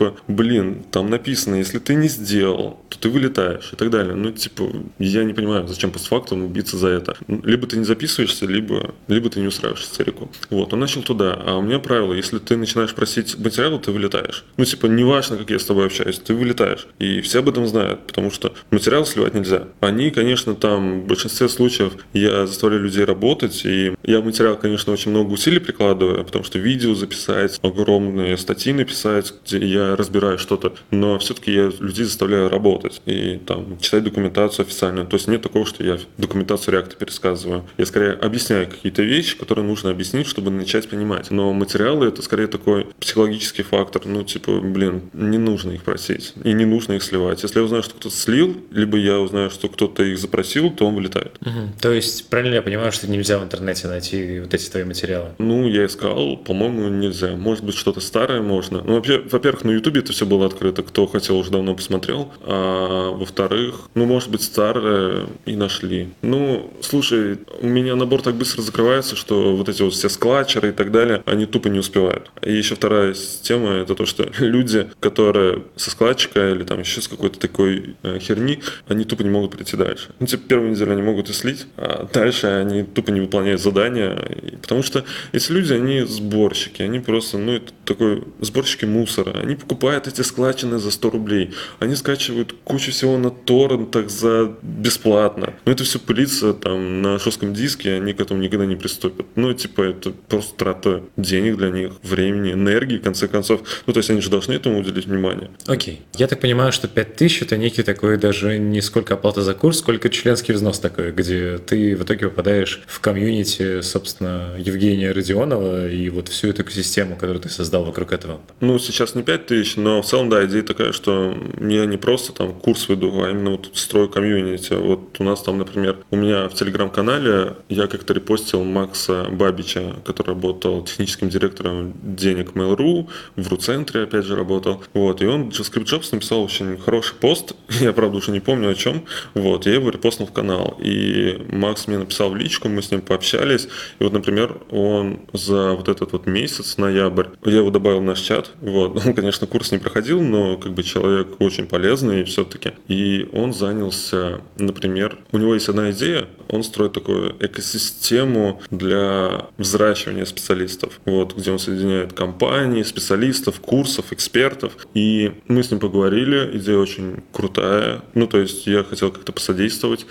Там написано, если ты не сделал, то ты вылетаешь и так далее. Я не понимаю, зачем постфактум биться за это. Либо ты не записываешься, либо ты не устраиваешься царику. Вот, он начал туда. А у меня правило, если ты начинаешь просить материалы, ты вылетаешь. Неважно, как я с тобой общаюсь, ты вылетаешь. И все об этом знают, потому что материал сливать нельзя. Они, конечно, там в большинстве случаев я заставляю людей работать, и я в материал, конечно, очень много усилий прикладываю, потому что видео записать, огромные статьи написать, где я разбираю что-то, но все-таки я людей заставляю работать и там читать документацию официальную. То есть нет такого, что я документацию React пересказываю. Я скорее объясняю какие-то вещи, которые нужно объяснить, чтобы начать понимать. Но материалы — это скорее такой психологический фактор. Не нужно их просить и не нужно их сливать. Если я узнаю, что кто-то слил, либо я узнаю, что кто-то их запросил, то он вылетает. То есть, правильно я понимаю, что нельзя в интернете найти вот эти твои материалы? Я искал, по-моему, нельзя. Может быть, что-то старое можно. Во-первых, на Ютубе это все было открыто, кто хотел, уже давно посмотрел. А во-вторых, может быть, старое и нашли. Слушай, у меня набор так быстро закрывается, что вот эти вот все складчеры и так далее, они тупо не успевают. И еще вторая тема — это то, что люди, которые со складчика или там еще с какой-то такой херни, они тупо не могут прийти дальше. Первую неделю они могут и слить, а дальше они тупо не выполняют задания. Потому что эти люди, они сборщики, они просто, это такой сборщики мусора. Они покупают эти складчины за 100 рублей. Они скачивают кучу всего на торрентах за бесплатно. Это все пылится там на жестком диске, они к этому никогда не приступят. Это просто трата денег для них, времени, энергии, в конце концов. То есть они же должны этому уделить внимание. Окей. Я так понимаю, что 5000 – это некий такой даже не сколько оплата за курс, сколько членский взнос такой, где ты в итоге попадаешь в комьюнити, собственно, Евгения Родионова и вот всю эту экосистему, которую ты создал вокруг этого. Сейчас не 5000, но в целом, да, идея такая, что я не просто там курс веду, а именно строю комьюнити. Вот у нас там, например, у меня в Телеграм-канале я как-то репостил Макса Бабича, который работал техническим директором денег Mail.ru, в РУ-центре опять же работал. Вот, и он JavaScript Jobs написал очень хороший пост, я, правда, уже не помню о чем. Вот, я его репостнул в канал. И Макс мне написал в личку, мы с ним пообщались. И вот, например, он за вот этот вот месяц, ноябрь, я его добавил в наш чат. Вот, он, конечно, курс не проходил, но человек очень полезный все-таки. И он занялся, например, у него есть одна идея, он строит такую экосистему для взращивания специалистов, где он соединяет компании, специалистов, курсов, экспертов. И мы с ним поговорили, идея очень крутая. То есть я хотел как-то посодействовать.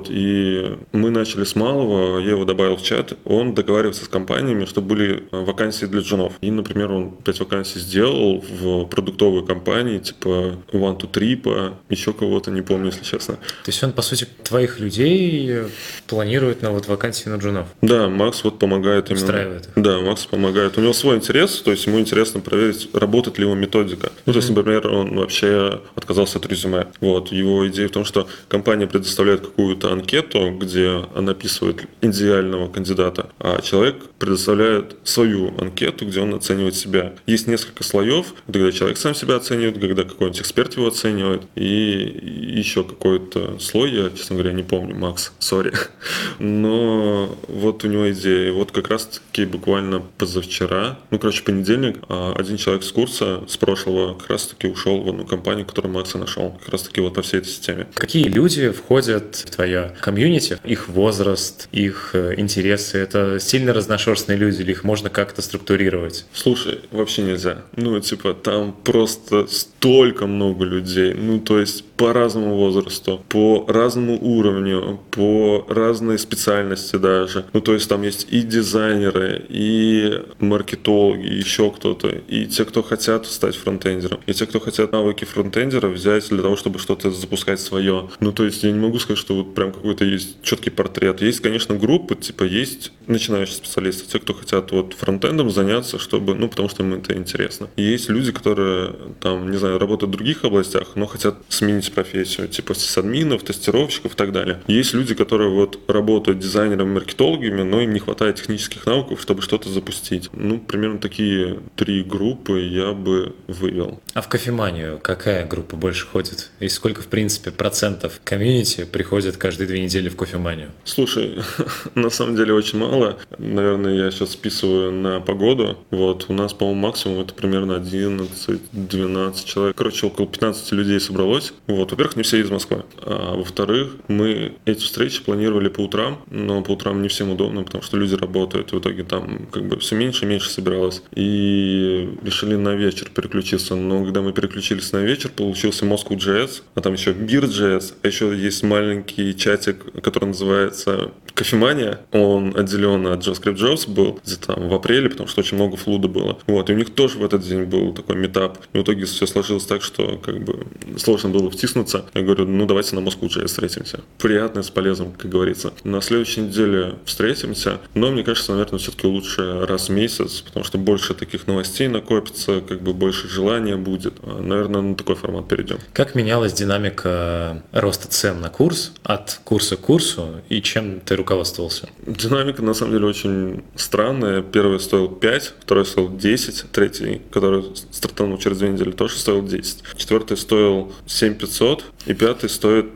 И мы начали с малого, я его добавил в чат, он договаривается с компаниями, чтобы были вакансии для джунов. И, например, он 5 вакансий сделал в продуктовые компании, типа One to Trip, еще кого-то, не помню, если честно. То есть он, по сути, твоих людей планирует на вакансии на джунов? Да, Макс помогает именно. Устраивает их. Да, Макс помогает. У него свой интерес, то есть ему интересно проверить, работает ли его методика. То есть, например, он вообще отказался от резюме. Его идея в том, что компания предоставляет какую-то анкету, анкету, где она описывает идеального кандидата, а человек предоставляет свою анкету, где он оценивает себя. Есть несколько слоев, когда человек сам себя оценивает, когда какой-нибудь эксперт его оценивает, и еще какой-то слой, я, честно говоря, не помню, Макс, сори. Но вот у него идея. Вот как раз-таки буквально позавчера, понедельник, один человек с курса с прошлого как раз-таки ушел в одну компанию, которую Макса нашел. Как раз-таки вот по всей этой системе. Какие люди входят в твое комьюнити? Их возраст, их интересы? Это сильно разношерстные люди или их можно как-то структурировать? Слушай, вообще нельзя. Там просто столько много людей. То есть по разному возрасту, по разному уровню, по разной специальности даже. То есть там есть и дизайнеры, и маркетологи, и еще кто-то, и те, кто хотят стать фронтендером, и те, кто хотят навыки фронтендера взять для того, чтобы что-то запускать свое. То есть я не могу сказать, что вот прям какой-то есть четкий портрет. Есть, конечно, группы, есть начинающие специалисты, те, кто хотят вот фронтендом заняться, чтобы, потому что им это интересно. И есть люди, которые работают в других областях, но хотят сменить профессию, сисадминов, тестировщиков и так далее. Есть люди, которые вот работают дизайнерами, маркетологами, но им не хватает технических навыков, чтобы что-то запустить. Примерно такие 3 группы я бы вывел. А в кофеманию какая группа больше ходит? И сколько, в принципе, процентов комьюнити приходит каждые 2 недели в кофеманию? Слушай, на самом деле очень мало. Наверное, я сейчас списываю на погоду. Вот, у нас, по-моему, максимум это примерно 11-12 человек. Около 15 людей собралось. Вот, во-первых, не все из Москвы. А во-вторых, мы эти встречи планировали по утрам, но по утрам не всем удобно, потому что люди работают. В итоге там все меньше и меньше собиралось. И решили на вечер переключиться. Но когда мы переключились на вечер, получился Moscow.js, а там еще Beer.js, а еще есть маленький чатик, который называется Кофемания. Он отделен от JavaScript Jobs был где-то в апреле, потому что очень много флуда было. Вот, и у них тоже в этот день был такой митап. И в итоге все сложилось так, что сложно было втиснуться. Я говорю, давайте на Moscow.js встретимся. Приятно с полезным, как говорится. На следующей неделе встретимся, но мне кажется, наверное, все-таки лучше раз в месяц, потому что больше таких новостей накопится, больше желания будет. Наверное, на такой формат перейдем. Как менялась динамика роста цен на курс от курса к курсу и чем ты руководствовался? Динамика, на самом деле, очень странная. Первый стоил 5, второй стоил 10, третий, который стартанул через 2 недели, тоже стоил 10. Четвертый стоил 7500, и пятый стоит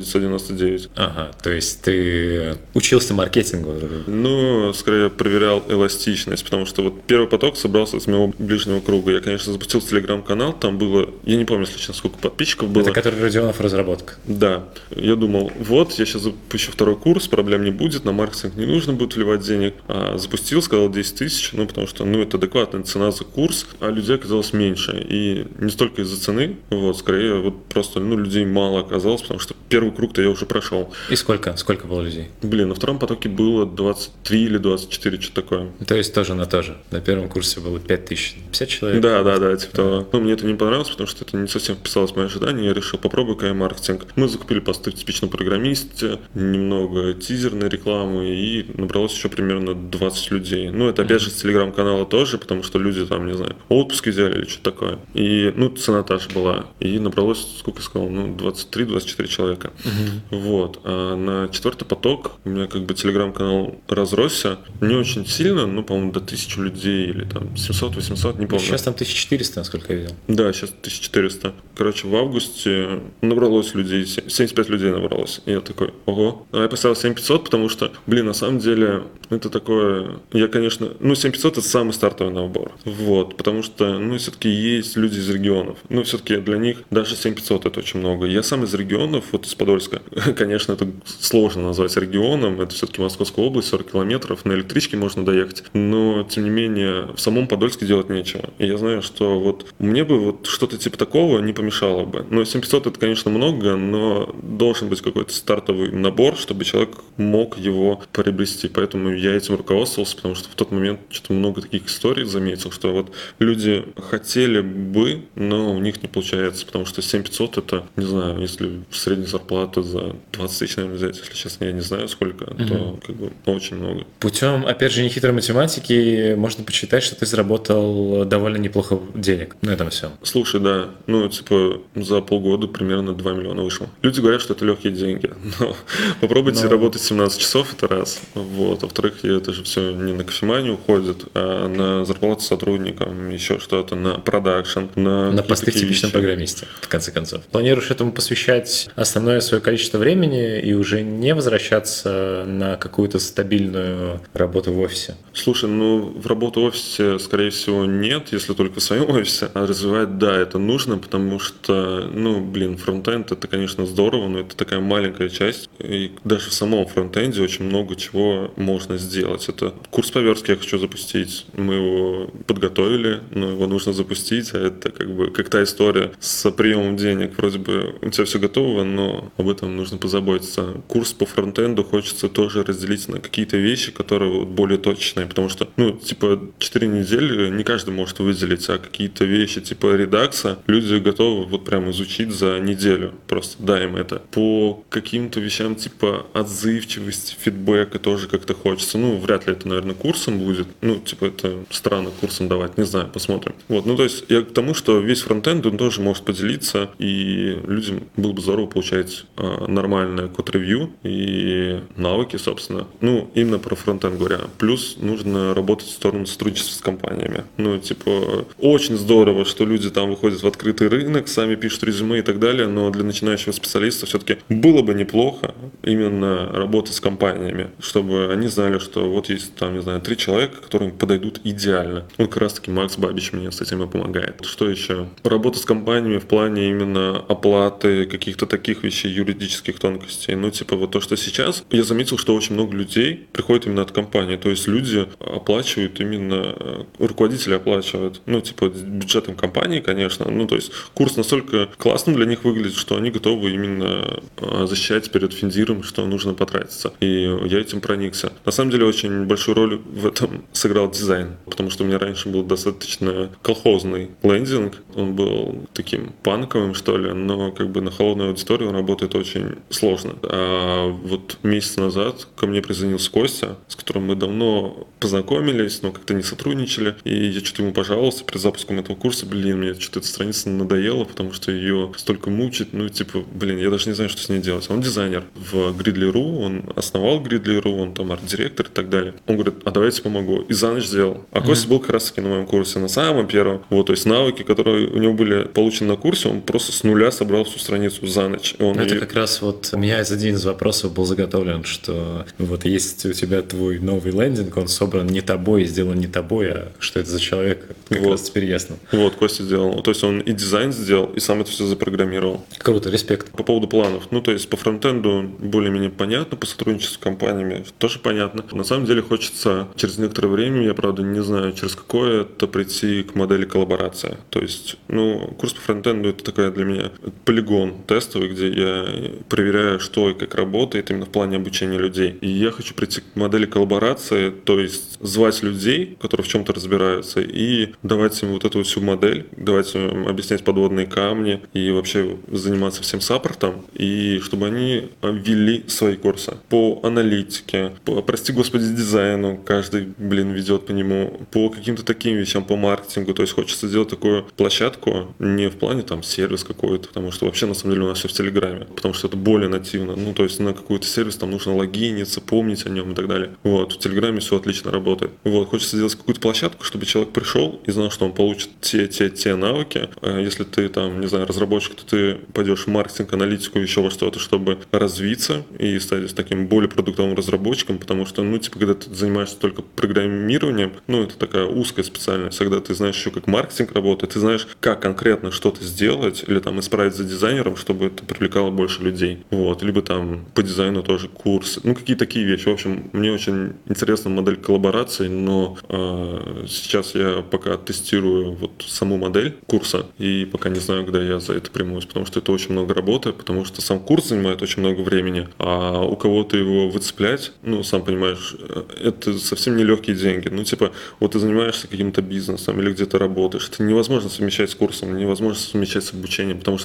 8999. Ага, то есть ты учился маркетингу? Скорее проверял эластичность, потому что вот первый поток собрался с моего ближнего круга. Я, конечно, запустил телеграм-канал, там было, я не помню, если честно, сколько подписчиков было. Это который Родионов разработка? Да. Я думал, я сейчас запущу второй курс, проблем не будет, на маркетинг не нужно будет вливать денег. А запустил, сказал 10 тысяч, потому что, это адекватная цена за курс, а людей оказалось меньше. И не столько из-за цены, скорее, просто, людей мало оказалось, потому что первый круг-то я уже прошел. И сколько? Сколько было людей? На втором потоке было 23 или 24, что-то такое. То есть тоже на то же. На первом курсе было 5000, человек? Да, типа того. Мне это не понравилось, потому что это не совсем вписалось в мои ожидания. Я решил, попробую-ка я маркетинг. Мы закупили посты в типичном программисте, немного тизерной рекламы, и набралось еще примерно 20 людей. Это опять же с телеграм-канала тоже, потому что люди там, не знаю, отпуск взяли или что-то такое. И, цена та же была. И набралось, сколько я сказал, 23-24 человека. Вот. А на четвертый поток у меня телеграм-канал разросся. Не очень сильно, по-моему, до 1000 людей или там 700-800, не помню. Сейчас там 1400, насколько я видел. Да, сейчас 1400. В августе набралось людей, 75 людей набралось. И я такой, ого. А я поставил 7500, потому что, на самом деле, это такое... Я, конечно... 7500 это самый стартовый набор. Вот. Потому что, все-таки есть люди из регионов. Все-таки для них даже 7500 это очень много. Я сам из регионов, из Подольска. Конечно, это сложно назвать регионом. Это все-таки Московская область, 40 километров. На электричке можно доехать. Но, тем не менее, в самом Подольске делать нечего. И я знаю, что мне бы что-то типа такого не помешало бы. 7500 это, конечно, много, но должен быть какой-то стартовый набор, чтобы человек мог его приобрести. Поэтому я этим руководствовался, потому что в тот момент что-то много таких историй заметил, что люди хотели бы, но у них не получается, потому что 7500 это, не знаю, знаю, если среднюю зарплату за 20 тысяч, наверное, взять, если честно, я не знаю сколько, то как бы очень много. Путем, опять же, нехитрой математики можно посчитать, что ты заработал довольно неплохо денег на этом всем. Слушай, да, ну, типа, за полгода примерно 2 миллиона вышло. Люди говорят, что это легкие деньги, но попробуйте работать 17 часов, это раз. Вот. Во-вторых, это же все не на кофеманию уходит, а на зарплату сотрудникам, еще что-то, на продакшн, на посты в типичном программисте, в конце концов. Планируешь этому посвящать основное свое количество времени и уже не возвращаться на какую-то стабильную работу в офисе? Слушай, ну, в работу в офисе, скорее всего, нет, если только в своем офисе. А развивать, да, это нужно, потому что, ну, блин, фронтенд — это, конечно, здорово, но это такая маленькая часть. И даже в самом фронтенде очень много чего можно сделать. Это курс по верстке я хочу запустить. Мы его подготовили, но его нужно запустить, а это как бы как та история с приемом денег. Вроде бы у тебя все готово, но об этом нужно позаботиться. Курс по фронтенду хочется тоже разделить на какие-то вещи, которые вот более точные, потому что, ну, типа, 4 недели не каждый может выделить, а какие-то вещи типа редакса люди готовы вот прям изучить за неделю. Просто дай им это. По каким-то вещам типа отзывчивости, фидбэка тоже как-то хочется. Ну, вряд ли это, наверное, курсом будет. Ну, типа, это странно курсом давать. Не знаю, посмотрим. Вот, ну, то есть я к тому, что весь фронтенд, он тоже может поделиться, и людям было бы здорово получать нормальное код-ревью и навыки, собственно. Ну, именно про фронтенд говоря. Плюс нужно работать в сторону сотрудничества с компаниями. Ну, типа, очень здорово, что люди там выходят в открытый рынок, сами пишут резюме и так далее, но для начинающего специалиста все-таки было бы неплохо именно работать с компаниями, чтобы они знали, что вот есть там, не знаю, 3 человека, которым подойдут идеально. Вот как раз-таки Макс Бабич мне с этим и помогает. Что еще? Работа с компаниями в плане именно оплаты каких-то таких вещей, юридических тонкостей. Ну, типа, вот то, что сейчас, я заметил, что очень много людей приходит именно от компании. То есть люди оплачивают именно, руководители оплачивают, ну, типа, бюджетом компании, конечно. Ну, то есть курс настолько классным для них выглядит, что они готовы именно защищать перед финдиром, что нужно потратиться. И я этим проникся. На самом деле, очень большую роль в этом сыграл дизайн, потому что у меня раньше был достаточно колхозный лендинг. Он был таким панковым, что ли, но как бы на холодную аудиторию он работает очень сложно. А вот месяц назад ко мне присоединился Костя, с которым мы давно познакомились, но как-то не сотрудничали. И я что-то ему пожаловался перед запуском этого курса. Блин, мне что-то эта страница надоела, потому что ее столько мучить. Ну, типа, блин, я даже не знаю, что с ней делать. Он дизайнер в Gridly.ru, он основал Gridly.ru, он там арт-директор и так далее. Он говорит, а давайте помогу. И за ночь сделал. А Костя был как раз-таки на моем курсе, на самом первом. Вот, то есть навыки, которые у него были получены на курсе, он просто с нуля собрал всю страницу за ночь. Это как раз вот у меня один из вопросов был заготовлен, что вот есть у тебя твой новый лендинг, он собран не тобой, сделан не тобой, а что это за человек, как вот. раз теперь ясно. Вот, Костя сделал. То есть он и дизайн сделал, и сам это все запрограммировал. Круто, респект. По поводу планов. Ну, то есть по фронтенду более-менее понятно, по сотрудничеству с компаниями тоже понятно. На самом деле хочется через некоторое время, я правда не знаю через какое, это прийти к модели коллаборации. То есть, ну, курс по фронтенду это такая для меня полигон тестовый, где я проверяю, что и как работает именно в плане обучения людей. И я хочу прийти к модели коллаборации, то есть звать людей, которые в чем-то разбираются, и давать им вот эту всю модель, давать им объяснять подводные камни и вообще заниматься всем саппортом, и чтобы они ввели свои курсы по аналитике, по, прости господи, дизайну, каждый, блин, ведет по нему, по каким-то таким вещам, по маркетингу, то есть хочется сделать такую площадку, не в плане там сервис какой-то, потому что вообще на самом деле у нас все в Телеграме, потому что это более нативно, ну то есть на какой-то сервис там нужно логиниться, помнить о нем и так далее. Вот, в Телеграме все отлично работает. Вот, хочется сделать какую-то площадку, чтобы человек пришел и знал, что он получит те навыки. Если ты там, не знаю, разработчик, то ты пойдешь в маркетинг, аналитику, еще во что-то, чтобы развиться и стать таким более продуктовым разработчиком, потому что, ну, типа, когда ты занимаешься только программированием, ну, это такая узкая специальность, когда ты знаешь еще, как маркетинг работает, ты знаешь, как конкретно что-то сделать или там исправить за дизайнером, чтобы это привлекало больше людей. Вот, либо там по дизайну тоже курсы, ну, какие такие вещи. В общем, мне очень интересна модель коллаборации, но сейчас я пока тестирую вот саму модель курса и пока не знаю, когда я за это примусь, потому что это очень много работы, потому что сам курс занимает очень много времени, а у кого-то его выцеплять, ну, сам понимаешь, это совсем не легкие деньги. Ну, типа, вот ты занимаешься каким-то бизнесом или где-то работаешь, это невозможно совмещать с курсом, невозможно совмещать с обучением, потому что нужно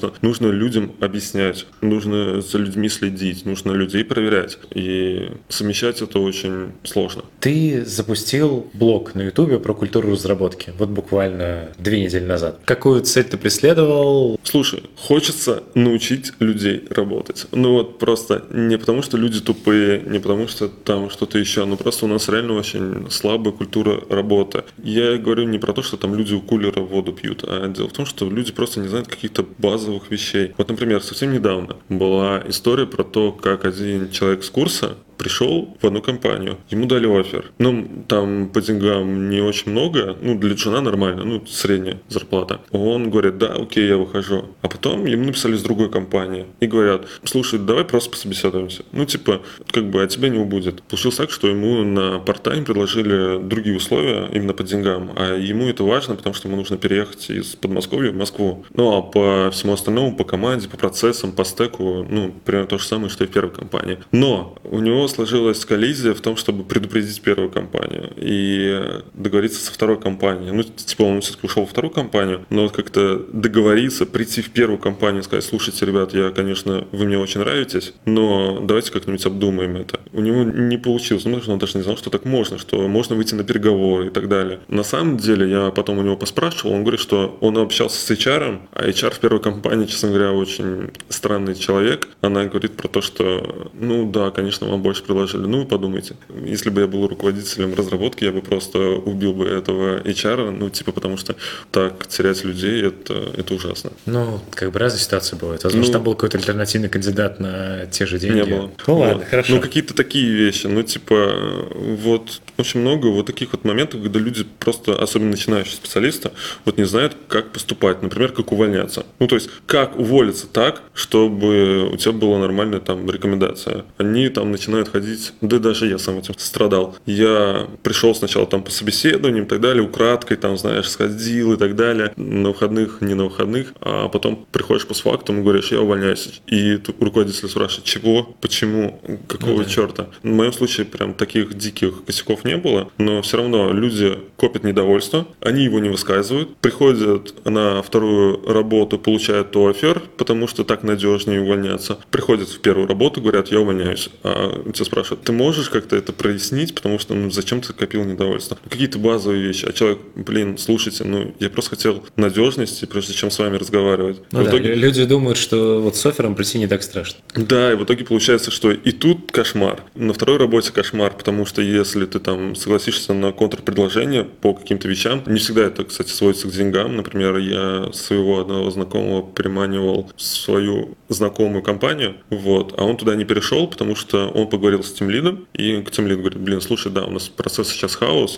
нужно людям объяснять, нужно за людьми следить, нужно людей проверять. И совмещать это очень сложно. Ты запустил блог на Ютубе про культуру разработки, вот буквально 2 недели назад. Какую цель ты преследовал? Слушай, хочется научить людей работать. Ну вот просто не потому, что люди тупые, не потому, что там что-то еще, но просто у нас реально очень слабая культура работы. Я говорю не про то, что там люди у кулера воду пьют, а дело в том, что люди просто не знают каких-то базовых вещей. Вот, например, совсем недавно была история про то, как один человек с курса пришел в одну компанию, ему дали оффер. Ну, там по деньгам не очень много, ну, для джуна нормально, ну, средняя зарплата. Он говорит, да, окей, я выхожу. А потом ему написали с другой компании и говорят, слушай, давай просто пособеседуемся. Ну, типа, как бы от тебя не убудет. Получилось так, что ему на парт-тайм предложили другие условия именно по деньгам, а ему это важно, потому что ему нужно переехать из Подмосковья в Москву. Ну, а по всему остальному, по команде, по процессам, по стеку, ну, примерно то же самое, что и в первой компании. Но у него сложилась коллизия в том, чтобы предупредить первую компанию и договориться со второй компанией. Ну, типа, он все-таки ушел во вторую компанию, но вот как-то договориться, прийти в первую компанию и сказать, слушайте, ребят, я, конечно, вы мне очень нравитесь, но давайте как-нибудь обдумаем это. У него не получилось, ну, потому что он даже не знал, что так можно, что можно выйти на переговоры и так далее. На самом деле, я потом у него поспрашивал, он говорит, что он общался с HR, а HR в первой компании, честно говоря, очень странный человек. Она говорит про то, что, ну да, конечно, вам больше предложили. Ну, вы подумайте, если бы я был руководителем разработки, я бы просто убил бы этого HR, ну, типа, потому что так терять людей, это ужасно. Ну, как бы разные ситуации бывают. Возможно, там был какой-то альтернативный кандидат на те же деньги. Не было. Ну, ладно, Вот. хорошо. Ну, какие-то такие вещи. Ну, типа, вот очень много вот таких вот моментов, когда люди просто, особенно начинающие специалисты, вот не знают, как поступать. Например, как увольняться. Ну, то есть, как уволиться так, чтобы у тебя была нормальная там рекомендация. Они там начинают ходить, да даже я сам этим страдал. Я пришел сначала там по собеседованиям и так далее, украдкой там, знаешь, сходил и так далее, на выходных, не на выходных, а потом приходишь постфактум и говоришь, я увольняюсь. И руководитель спрашивает, чего, почему, какого черта. В моем случае прям таких диких косяков не было, но все равно люди копят недовольство, они его не высказывают, приходят на вторую работу, получают оффер, потому что так надежнее увольняться, приходят в первую работу, говорят, я увольняюсь, а тебя спрашивают, ты можешь как-то это прояснить, потому что ну, зачем ты копил недовольство? Какие-то базовые вещи, а человек, блин, слушайте, ну я просто хотел надежности, прежде чем с вами разговаривать. Ну, да, итоге... люди думают, что вот с оффером прийти не так страшно. Да, и в итоге получается, что и тут кошмар, на второй работе кошмар, потому что если ты там согласишься на контрпредложение по каким-то вещам, не всегда это, кстати, сводится к деньгам. Например, я своего одного знакомого приманивал в свою знакомую компанию, вот, а он туда не перешел, потому что он поговорил с тимлидом, и тимлид говорит, блин, слушай, да, у нас процесс сейчас хаос,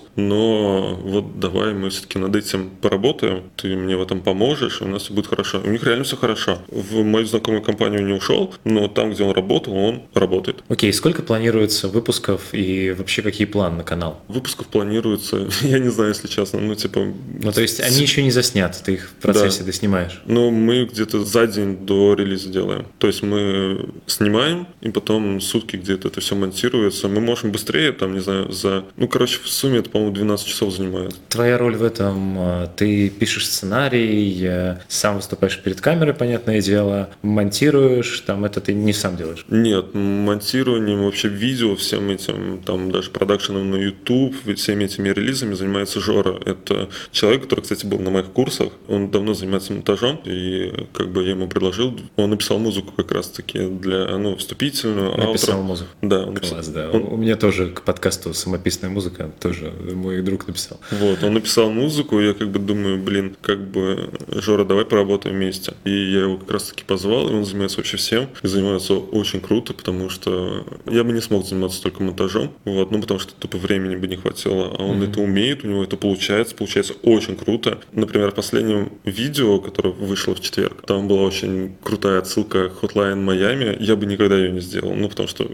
но вот давай мы все-таки над этим поработаем, ты мне в этом поможешь, и у нас все будет хорошо. У них реально все хорошо. В мою знакомую компанию не ушел, но там, где он работал, он работает. Окей, сколько планируется выпусков и вообще какие планы на канал? Выпусков планируется, я не знаю, если честно, ну типа... Ну, то есть они еще не засняты, ты их в процессе доснимаешь? Ну, мы где-то за день до релиза делаем. То есть мы снимаем, и потом сутки где-то это все монтируется. Мы можем быстрее, там, не знаю, ну, короче, в сумме это, по-моему, 12 часов занимает. Твоя роль в этом, ты пишешь сценарий, сам выступаешь перед камерой, понятное дело, монтируешь, там это ты не сам делаешь? Нет, монтированием вообще видео, всем этим, там, даже продакшеном на YouTube, всеми этими релизами занимается Жора. Это человек, который, кстати, был на моих курсах, он давно занимается монтажом, и как бы я ему предложил, он написал музыку как раз-таки для, ну, вступительную, аутро. Написал музыку? Да. Класс, да. У меня тоже к подкасту самописная музыка, тоже мой друг написал. Вот, он написал музыку, и я как бы думаю, блин, как бы, Жора, давай поработаем вместе. И я его как раз-таки позвал, и он занимается вообще всем, и занимается очень круто, потому что я бы не смог заниматься только монтажом, вот, ну, потому что тупо времени бы не хватило, а он это умеет, у него это получается очень круто. Например, в последнем видео, которое вышло в четверг, там была очень крутая отсылка к Hotline Miami, я бы никогда ее не сделал, ну, потому что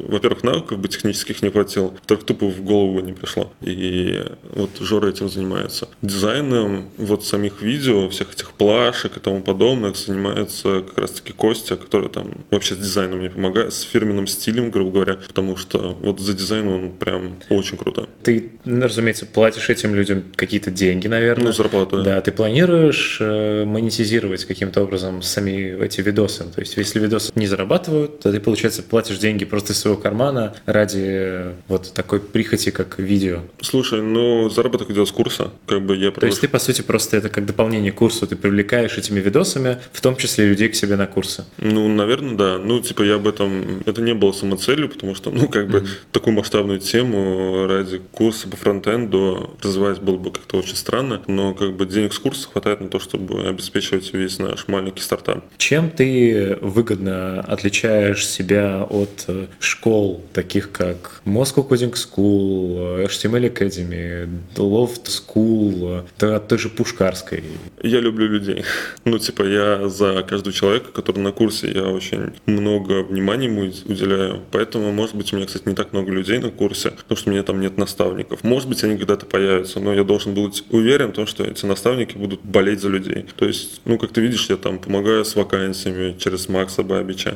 во-первых, навыков бы технических не хватило, во-вторых, тупо в голову не пришло. И вот Жора этим занимается. Дизайном вот самих видео, всех этих плашек и тому подобное занимается как раз-таки Костя, который там вообще с дизайном мне помогает, с фирменным стилем, грубо говоря, потому что вот за дизайн он прям очень круто. Ты, разумеется, платишь этим людям какие-то деньги, наверное. Ну, зарплату, да. Да, ты планируешь монетизировать каким-то образом сами эти видосы. То есть, если видосы не зарабатывают, то ты, получается, платишь деньги просто из своего кармана ради вот такой прихоти, как видео. Слушай, ну, заработок идет с курса. Как бы я То есть, ты, по сути, просто это как дополнение к курсу, ты привлекаешь этими видосами, в том числе людей к себе на курсы. Ну, наверное, да. Ну, типа, я об этом... Это не было самоцелью, потому что, ну, как бы, такую масштабную тему ради курса по фронтенду развивать было бы как-то очень странно, но, как бы, денег с курса хватает на то, чтобы обеспечивать весь наш маленький стартап. Чем ты выгодно отличаешь себя от школ, таких как Moscow Coding School, HTML Academy, Loft School, от той же Пушкарской? Я люблю людей. Ну, типа, я за каждого человека, который на курсе, я очень много внимания ему уделяю. Поэтому, может быть, у меня, кстати, не так много людей на курсе, потому что у меня там нет наставников. Может быть, они когда-то появятся, но я должен быть уверен в том, что эти наставники будут болеть за людей. То есть, ну, как ты видишь, я там помогаю с вакансиями через Макса Бабича.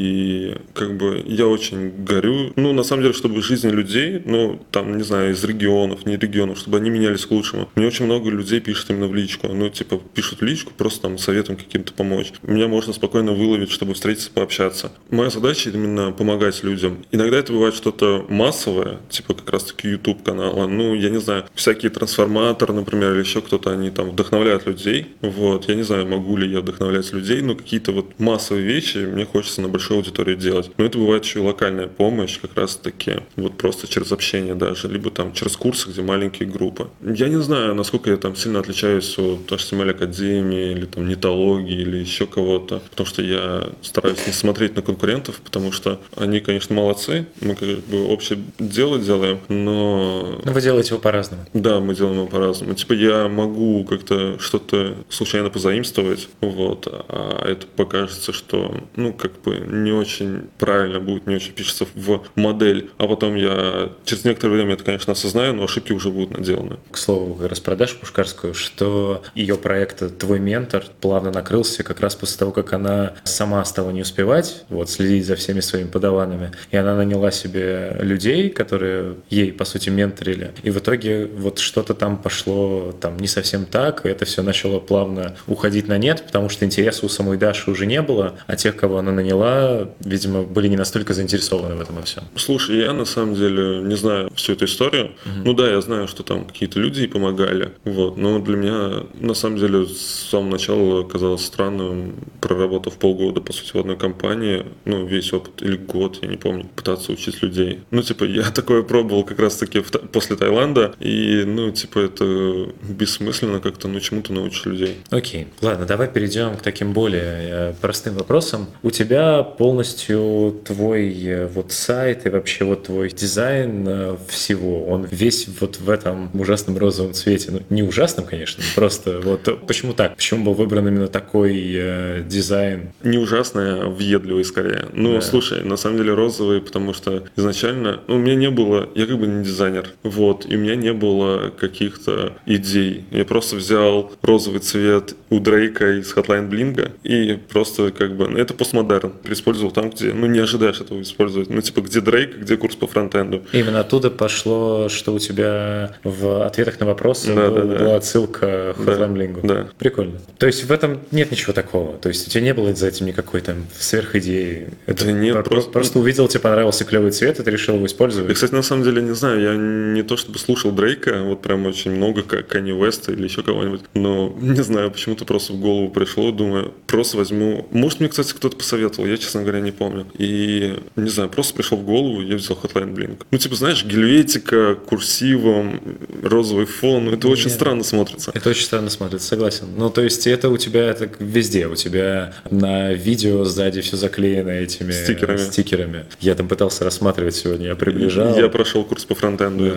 И, как бы, я очень горю. Ну, на самом деле, чтобы жизни людей, ну, там, не знаю, из регионов, не регионов, чтобы они менялись к лучшему. Мне очень много людей пишут именно в личку. Ну, типа, пишут в личку, просто там советом каким-то помочь. Меня можно спокойно выловить, чтобы встретиться, пообщаться. Моя задача именно помогать людям. Иногда это бывает что-то массовое, типа как раз-таки YouTube канала. Ну, я не знаю, всякие трансформаторы, например, или еще кто-то, они там вдохновляют людей. Вот, я не знаю, могу ли я вдохновлять людей, но какие-то вот массовые вещи мне хочется на большой аудитории делать. Но это бывает еще и локальная помощь, как раз-таки вот просто через общение даже, либо там через курсы, где маленькие группы. Я не знаю, насколько я там сильно отличаюсь от HTML Академии или там нетологии или еще кого-то, потому что я стараюсь не смотреть на конкурентов, потому что они, конечно, молодцы, мы как бы общее дело делаем, но... Ну, вы делаете его по-разному. Да, мы делаем его по-разному. Типа я могу как-то что-то случайно позаимствовать, вот, а это покажется, что, ну, как бы не очень правильно будет, не очень пишется в модель, а потом я через некоторое время это, конечно, осознаю, но ошибки уже будут наделаны. К слову, как раз продаж Пушкарскую, что ее проект «Твой ментор» плавно накрылся как раз после того, как она сама стала не успевать вот, следить за всеми своими подаванами, и она наняла себе людей, которые ей, по сути, менторили, и в итоге вот что-то там пошло там не совсем так, и это все начало плавно уходить на нет, потому что интереса у самой Даши уже не было, а тех, кого она наняла, видимо, были не настолько заинтересованы в этом и всем. Слушай, я на самом деле не знаю всю эту историю. Ну да, я знаю, что там какие-то люди ей помогали, вот, но для меня на самом деле с самого начала казалось странным, проработав полгода, по сути, в одной компании, ну, весь опыт, или год, я не помню, пытаться учить людей. Ну, типа, я такое пробовал как раз-таки после Таиланда, и, ну, типа, это бессмысленно как-то, ну, чему-то научишь людей. Окей, ладно, давай перейдем к таким более простым вопросам. У тебя полностью твой вот сайт и вообще вот твой дизайн всего, он весь вот в этом ужасном розовом цвете. Ну, не ужасном, конечно, просто вот почему так? Почему был выбран именно такой дизайн? Не ужасный, а въедливый скорее. Ну, Да. слушай, на самом деле розовый, потому что изначально, ну, у меня не было, я как бы не дизайнер, вот, и у меня не было каких-то идей. Я просто взял розовый цвет у Дрейка из Hotline Bling и просто как бы, это постмодерн, использовал там, где, ну, не ожидаешь этого использовать. Ну, типа, где Дрейк, где курс по фронтенду. Именно оттуда пошло, что у тебя в ответах на вопросы Да, была отсылка к Hotline Bling. Да. Прикольно. То есть в этом нет ничего такого. То есть у тебя не было за этим никакой там сверхидеи. Это Да нет, просто увидел, тебе понравился клевый цвет, и ты решил его использовать. Я, кстати, на самом деле не знаю, я не то чтобы слушал Дрейка, вот прям очень много, как Канье Уэста или еще кого-нибудь, но не знаю, почему-то просто в голову пришло, думаю, просто возьму. Может, мне, кстати, кто-то посоветовал, я, честно говоря, не помню. И, не знаю, просто пришел в голову, я взял Hotline Bling. Ну, типа, знаешь, гельветика, курсивом, розовый фон, ну, это очень странно смотрится. Это очень странно смотрится, согласен. Ну, то есть это у тебя это везде, у тебя на видео сзади все заклеено этими стикерами. Я там пытался рассматривать сегодня, я приближал. Я прошел курс по фронтенду.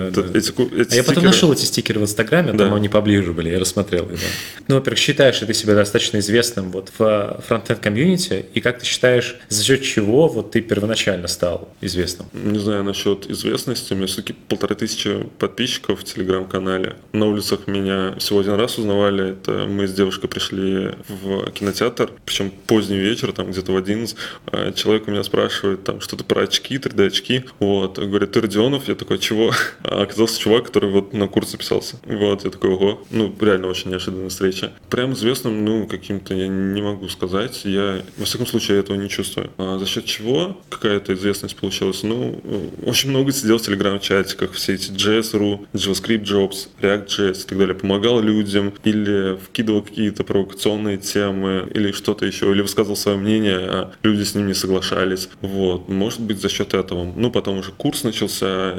А я потом нашел эти стикеры в Инстаграме, там они поближе были, я рассмотрел их. Да. Ну, во-первых, считаешь ли ты себя достаточно известным вот в фронтенд комьюнити, и как ты считаешь, за счет чего вот ты первоначально стал известным? Не знаю насчет известности, у меня все-таки 1500 подписчиков в телеграм-канале. На улицах меня всего один раз узнавали, это мы с девушкой пришли в кинотеатр, причем поздний вечер, там где-то в 11, человек у меня спрашивает там что-то про очки, 3D-очки, вот, говорит, ты Родионов? Я такой, чего? А оказался чувак, который вот на курс записался. Вот, я такой, ого, ну, реально очень неожиданная встреча. Прям известным, ну, каким-то я не могу сказать, я, во всяком случае, я этого не чувствую. А за счет чего какая-то известность получилась? Ну, очень много сидел в телеграм-чатиках, все эти JS.ru, JavaScript Jobs, React.js и так далее, помогал людям или вкидывал какие-то провокационные темы или что-то еще, или высказывал свое мнение, а люди с ним не соглашались. Вот, может быть, за счет этого. Ну, потом уже курс начался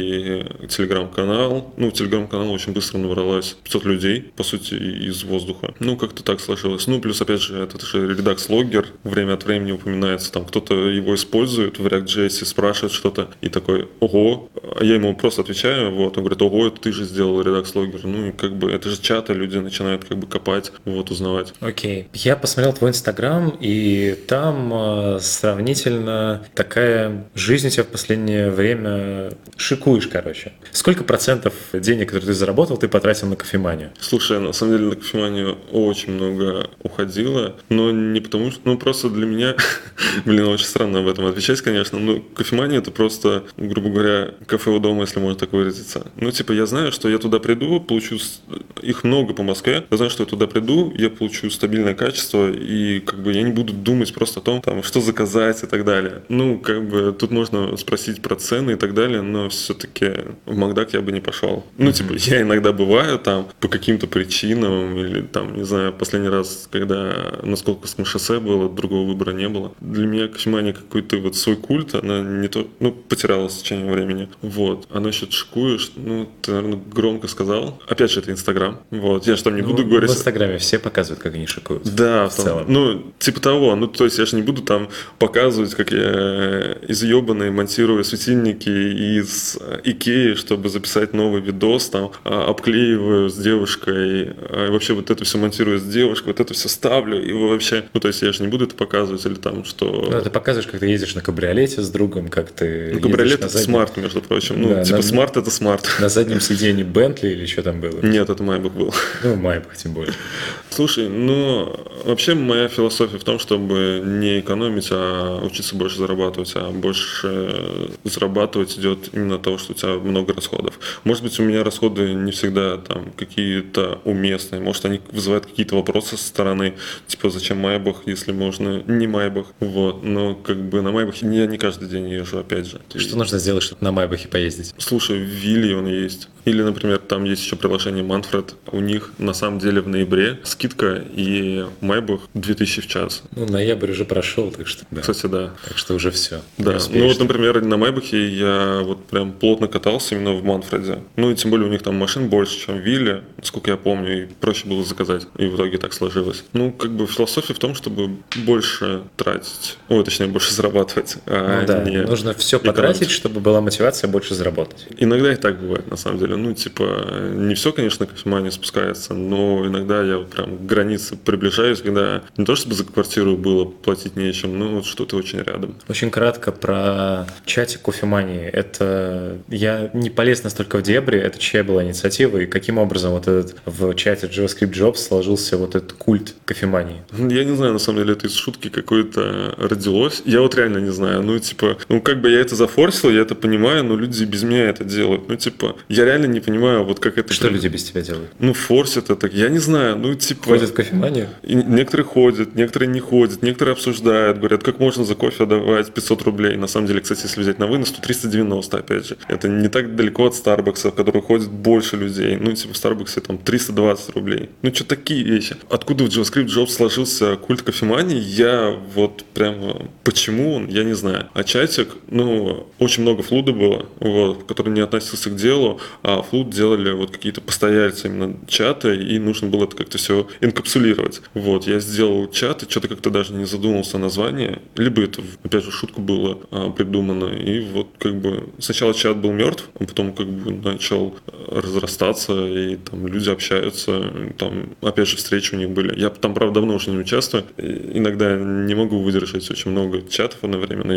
и телеграм-канал. Ну, в телеграм-канал очень быстро набралось 500 людей, по сути, из воздуха. Ну, как-то так сложилось. Ну, плюс, опять же, это же Redux-логгер, время от времени упоминается, там кто-то его использует в React.js, спрашивает что-то, и такой, ого, а я ему просто отвечаю, вот, он говорит, ого, это ты же сделал Redux-логгер. Ну, и как бы, это же чаты, люди начинают как бы копать, вот, узнавать. Окей. Я посмотрел твой Инстаграм, и там сравнительно такая жизнь у тебя в последнее время шикуешь, короче. Сколько процентов денег, которые ты заработал, ты потратил на кофеманию? Слушай, на самом деле на кофеманию очень много уходило, но не потому что, ну просто для меня, блин, очень странно об этом отвечать, конечно, но кофемания это просто, грубо говоря, кафе у дома, если можно так выразиться. Ну типа я знаю, что я туда приду, получу, их много по Москве, я знаю, что я туда приду, я получу стабильное качество и как бы я не буду думать просто о том, там, что заказать и так далее. Ну как бы тут можно спросить про цены и так далее, но все-таки в Макдак я бы не пошел. Ну типа я иногда бываю там по каким-то причинам или там, не знаю, последний раз, когда на Сколковском шоссе было, другого выбора не было. Для меня кофемания какой-то вот свой культ, она не то, ну, потерялась с течением времени. Вот. А насчет шикуешь, ну, ты, наверное, громко сказал. Опять же, это Инстаграм. Вот. Я же там не буду говорить. В Инстаграме все показывают, как они шикуют. Да, в целом. Ну, типа того. Ну, то есть я же не буду там показывать, как я изъебанный монтирую светильники из Икеи, чтобы записать новый видос, там, обклеиваю с девушкой, вообще вот это все монтирую с девушкой, вот это все ставлю, и вообще, ну, то есть я же не буду это показывать, или там, что... Ну, ты показываешь, как ты ездишь на кабриолете с другом, как ты Ну, кабриолет — это смарт, между прочим. Ну, да, типа смарт — это смарт. На заднем сиденье Бентли или что там было? Нет, это Майбах был. Ну, Майбах тем более. Слушай, ну, вообще моя философия в том, чтобы не экономить, а учиться больше зарабатывать, а больше зарабатывать идет именно от того, что у тебя много расходов. Может быть, у меня расходы не всегда там какие-то уместные, может, они вызывают какие-то вопросы со стороны, типа, зачем Майбах, если можно не Майбах, вот, но как бы на Майбахе я не каждый день езжу, опять же. Что нужно сделать, чтобы на Майбахе поездить? Слушай, в Вилле он есть. Или, например, там есть еще приложение Manfred. У них на самом деле в ноябре скидка и Майбах 2000 в час. Ну, ноябрь уже прошел, так что да. Кстати, да. Так что уже все. Да, ну вот, например, на Майбахе я вот прям плотно катался именно в Манфреде. Ну и тем более у них там машин больше, чем в Вилле, насколько я помню, и проще было заказать. И в итоге так сложилось. Ну, как бы философия в том, чтобы больше тратить, ой, точнее, больше зарабатывать. Ну, да, нужно все потратить, чтобы была мотивация больше заработать. Иногда и так бывает, на самом деле. Ну, типа, не все, конечно, кофемания спускается, но иногда я вот прям к границе приближаюсь, когда не то чтобы за квартиру было платить нечем, но вот что-то очень рядом. Очень кратко про чатик кофемании. Это я не полез настолько в дебри, это чья была инициатива и каким образом вот этот в чате JavaScript Jobs сложился вот этот культ кофемании? Я не знаю, на самом деле, это из шутки какой-то родилось. Я вот реально не знаю. Ну, типа, ну, как бы я это зафорсил, я это понимаю, но люди без меня это делают. Ну, типа, я реально не понимаю, вот как это... Что люди без тебя делают? Ну, форсят это. Я не знаю, ну, типа... Ходят в кофеманию? И некоторые ходят, некоторые не ходят, некоторые обсуждают, говорят, как можно за кофе отдавать 500 рублей. На самом деле, кстати, если взять на вынос, то 390, опять же. Это не так далеко от Старбакса, в который ходит больше людей. Ну, типа, в Старбаксе там 320 рублей. Ну, что такие вещи? Откуда в JavaScript Jobs сложился культ кофемании, я вот прямо... Почему он, я не знаю. А чатик, ну, очень много флуда было, вот, который не относился к делу, а флуд делали вот какие-то постояльцы именно чата, и нужно было это как-то все инкапсулировать. Вот, я сделал чат, и что-то как-то даже не задумался о названии, либо это, опять же, шутку было придумано, и вот как бы сначала чат был мертв, а потом как бы начал разрастаться, и там люди общаются, там, опять же, встречи у них были. Я там, правда, давно уже не участвую, иногда не могу выдержать очень много чатов одновременно,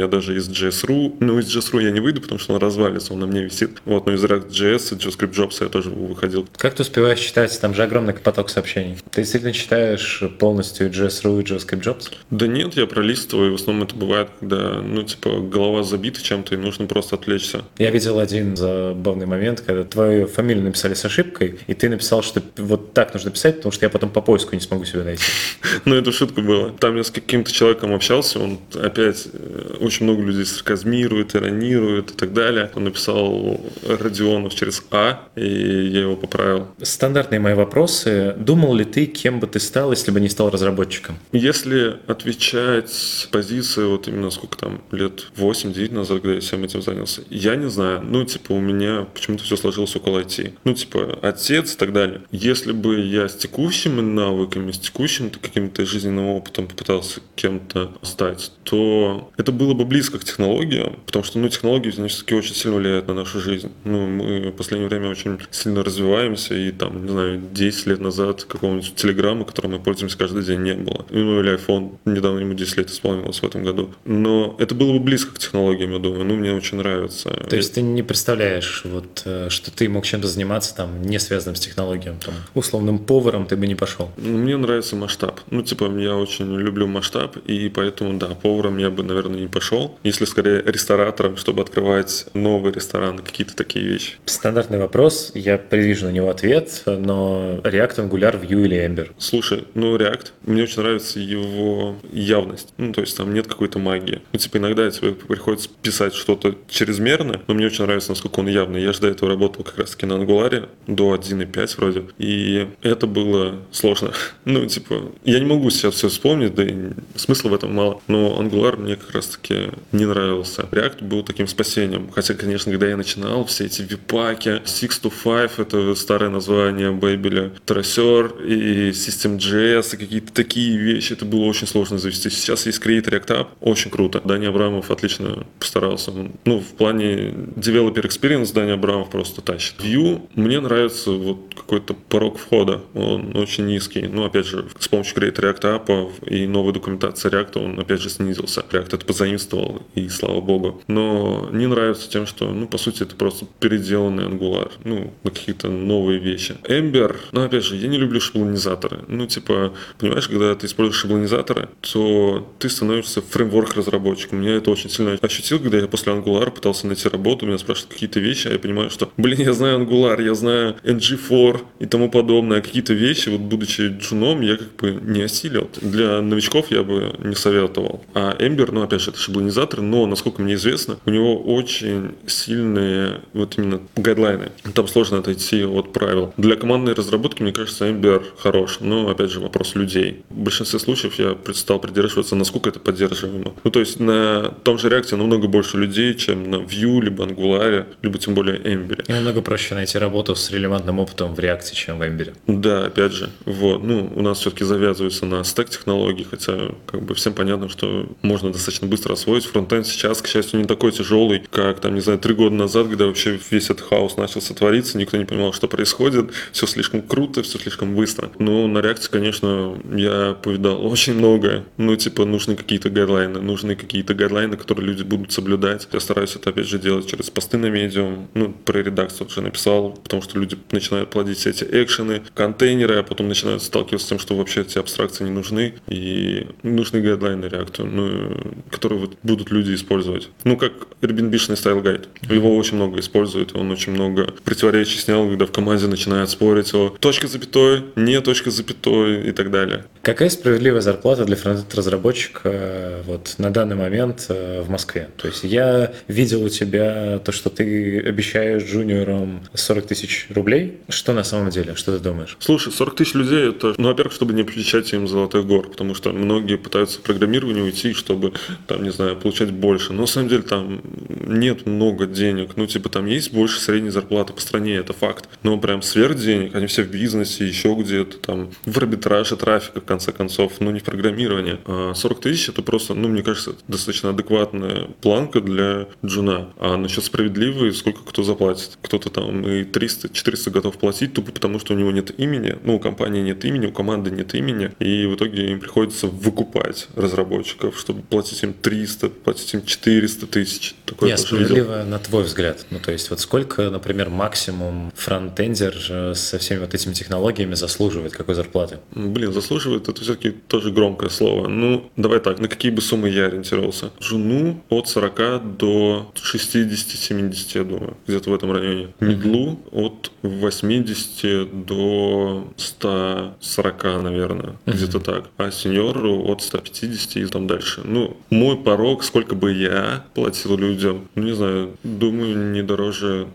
я даже из JS.ru, ну, из JS.ru я не выйду, потому что он развалится, он на мне висит. Вот, но из React.js и JavaScript Jobs я тоже выходил. Как ты успеваешь читать? Там же огромный поток сообщений. Ты действительно читаешь полностью JS.ru и JavaScript Jobs? Да нет, я пролистываю, в основном это бывает, когда, ну, типа, голова забита чем-то, и нужно просто отвлечься. Я видел один забавный момент, когда твою фамилию написали с ошибкой, и ты написал, что вот так нужно писать, потому что я потом по поиску не смогу себя найти. Ну, это шутка была. Там я с каким-то человеком общался, он опять очень много людей сарказмирует, иронирует и так далее. Он написал Родионов через А, и я его поправил. Стандартные мои вопросы. Думал ли ты, кем бы ты стал, если бы не стал разработчиком? Если отвечать с позиции, вот именно сколько там, лет 8-9 назад, когда я всем этим занялся, я не знаю. Ну, типа, у меня почему-то все сложилось около IT. Ну, типа, отец и так далее. Если бы я с текущими навыками, с текущим каким-то жизненным опытом попытался кем-то стать, то это было бы близко к технологиям, потому что, ну, технологии, они все-таки очень сильно влияют на нашу жизнь. Ну, мы в последнее время очень сильно развиваемся, и там, не знаю, 10 лет назад какого-нибудь телеграмма, которым мы пользуемся каждый день, не было. Ну, или iPhone, недавно ему 10 лет исполнилось в этом году. Но это было бы близко к технологиям, я думаю. Ну, мне очень нравится. То есть ты не представляешь, вот, что ты мог чем-то заниматься, там, не связанным с технологией, там, условным поваром ты бы не пошел? Мне нравится масштаб. Ну, типа, я очень люблю масштаб, и поэтому, да, поваром я бы, наверное, не пошел. Если, скорее, ресторатором, чтобы открывать новые рестораны, какие-то такие вещи. Стандартный вопрос, я предвижу на него ответ, но React, Angular, Vue или Ember? Слушай, ну, React, мне очень нравится его явность. Ну, то есть там нет какой-то магии. Ну, типа, иногда тебе приходится писать что-то чрезмерно, но мне очень нравится, насколько он явный. Я же до этого работал как раз-таки на Angular до 1.5 вроде, и это было сложно. Ну, типа, я не могу сейчас все вспомнить, да и смысла в этом мало, но Angular мне как раз-таки не нравился. React был таким спасением. Хотя, конечно, когда я начинал, все эти випаки, 6 to 5, это старое название Babel, Tracer и System.js, и какие-то такие вещи, это было очень сложно завести. Сейчас есть Create React App, очень круто. Даня Абрамов отлично постарался. Ну, в плане Developer Experience Даня Абрамов просто тащит. Vue, мне нравится вот какой-то порог входа, он очень низкий. Ну, опять же, с помощью Create React App и новой документации React он, опять же, снизился. React это позаимствовал, и слава богу. Но не нравится тем, что, ну, по сути, это просто переделанный Angular, ну, на какие-то новые вещи. Ember, ну, опять же, я не люблю шаблонизаторы. Ну, типа, понимаешь, когда ты используешь шаблонизаторы, то ты становишься фреймворк-разработчиком. Меня это очень сильно ощутил, когда я после Angular пытался найти работу, меня спрашивают какие-то вещи, а я понимаю, что, блин, я знаю Angular, я знаю NG4 и тому подобное. А какие-то вещи, вот будучи джуном, я как бы не осилил. Для новичков я бы не советовал. А Ember, ну, опять же, это шаблонизатор, но, насколько мне известно, у него очень сильные вот именно гайдлайны. Там сложно отойти от правил. Для командной разработки, мне кажется, Ember хорош. Но, опять же, вопрос людей. В большинстве случаев я стал придерживаться, насколько это поддерживаемо. Ну, то есть на том же React намного больше людей, чем на Vue, либо Angular, либо тем более Ember. И намного проще найти работу с релевантным опытом в React, чем в Ember. Да, опять же. Вот. Ну, у нас все-таки завязывается на стек-технологии, хотя как бы всем понятно, что можно достаточно быстро освоить. Фронтенд сейчас, к счастью, не такой тяжелый, как там, не знаю, 3 года назад, когда вообще весь этот хаос начался твориться, никто не понимал, что происходит, все слишком круто, все слишком быстро. Но на React, конечно, я повидал очень многое. Ну, типа, нужны какие-то гайдлайны, которые люди будут соблюдать. Я стараюсь это, опять же, делать через посты на Medium. Ну, про редакцию уже написал, потому что люди начинают плодить все эти экшены, контейнеры, а потом начинают сталкиваться с тем, что вообще эти абстракции не нужны, и нужны гайдлайны React, ну, которые вот будут люди использовать. Ну, как Airbnb-шный стайл-гайд. Его очень много используют, он очень много противоречий снял, когда в команде начинают спорить о точка запятой, не точка запятой и так далее. Какая справедливая зарплата для фронтенд-разработчика вот на данный момент в Москве? То есть я видел у тебя то, что ты обещаешь джуниорам 40 тысяч рублей. Что на самом деле? Что ты думаешь? Слушай, 40 тысяч людей, это, ну, во-первых, чтобы не обещать им золотых гор, потому что многие пытаются в программирование уйти, чтобы, там, не знаю, получать больше. Но на самом деле там нет много денег. Ну, типа, там есть больше средней зарплаты по стране, это факт. Но прям сверх денег, они все в бизнесе, еще где-то там, в арбитраже трафика, в конце концов, ну, не в программировании. А 40 тысяч это просто, ну, мне кажется, достаточно адекватная планка для джуна. А насчет справедливой, сколько кто заплатит? Кто-то там и 300-400 готов платить, тупо потому, что у него нет имени. Ну, у компании нет имени, у команды нет имени. И в итоге им приходится выкупать разработчиков, чтобы платить им 300 300, платить им 400 тысяч. Такое Не, тоже видел. справедливо на твой взгляд. Ну, то есть, вот сколько, например, максимум фронтендер со всеми вот этими технологиями заслуживает, какой зарплаты? Блин, заслуживает, это все-таки тоже громкое слово. Ну, давай так, на какие бы суммы я ориентировался? Жену от 40 до 60-70, я думаю, где-то в этом районе. Медлу от 80 до 140, наверное, где-то так. А сеньору от 150 и там дальше. Ну, мой порог, сколько бы я платил людям, ну, не знаю, думаю, не дороже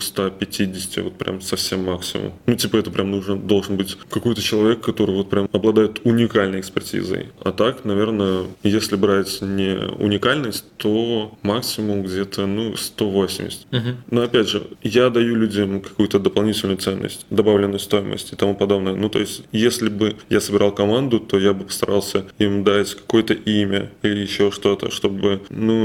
250, вот прям совсем максимум. Ну, типа, это прям должен быть какой-то человек, который вот прям обладает уникальной экспертизой. А так, наверное, если брать не уникальность, то максимум где-то, 180. Но опять же, я даю людям какую-то дополнительную ценность, добавленную стоимость и тому подобное. Ну, то есть, если бы я собирал команду, то я бы постарался им дать какое-то имя или еще что-то, чтобы,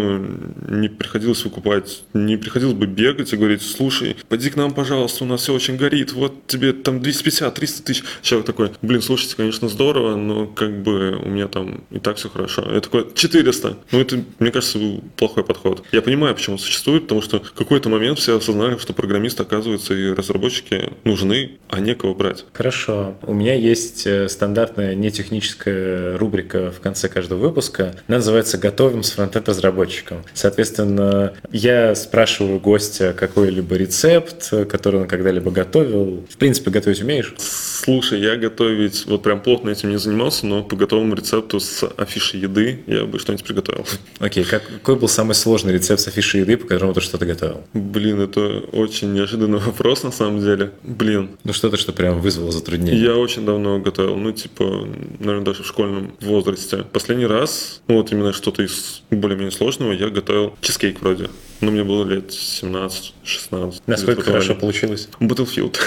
не приходилось выкупать, не приходилось бы бегать и говорить: слушай, пойди к нам, пожалуйста, у нас все очень горит, вот тебе там 250-300 тысяч. Человек такой: блин, слушайте, конечно, здорово, но как бы у меня там и так все хорошо. Я такой: 400. Ну, это, мне кажется, плохой подход. Я понимаю, почему он существует, потому что в какой-то момент все осознали, что программисты, оказывается, и разработчики нужны, а некого брать. Хорошо. У меня есть стандартная нетехническая рубрика в конце каждого выпуска. Она называется «Готовим с фронтенд-разработчиком». Соответственно, я спрашиваю гостя какой-либо рецепт, который он когда-либо готовил. В принципе, готовить умеешь? Слушай, я готовить вот прям плотно этим не занимался, но по готовому рецепту с афишей еды я бы что-нибудь приготовил. Окей, какой был самый сложный рецепт с афишей еды, по которому ты что-то готовил? Блин, это очень неожиданный вопрос на самом деле. Блин. Ну, что-то, что прям вызвало затруднение. Я очень давно готовил, наверное, даже в школьном возрасте. Последний раз, вот именно что-то из более-менее сложного, я готовил чизкейк вроде. Но мне было лет 17-16. Насколько хорошо получилось? Battlefield.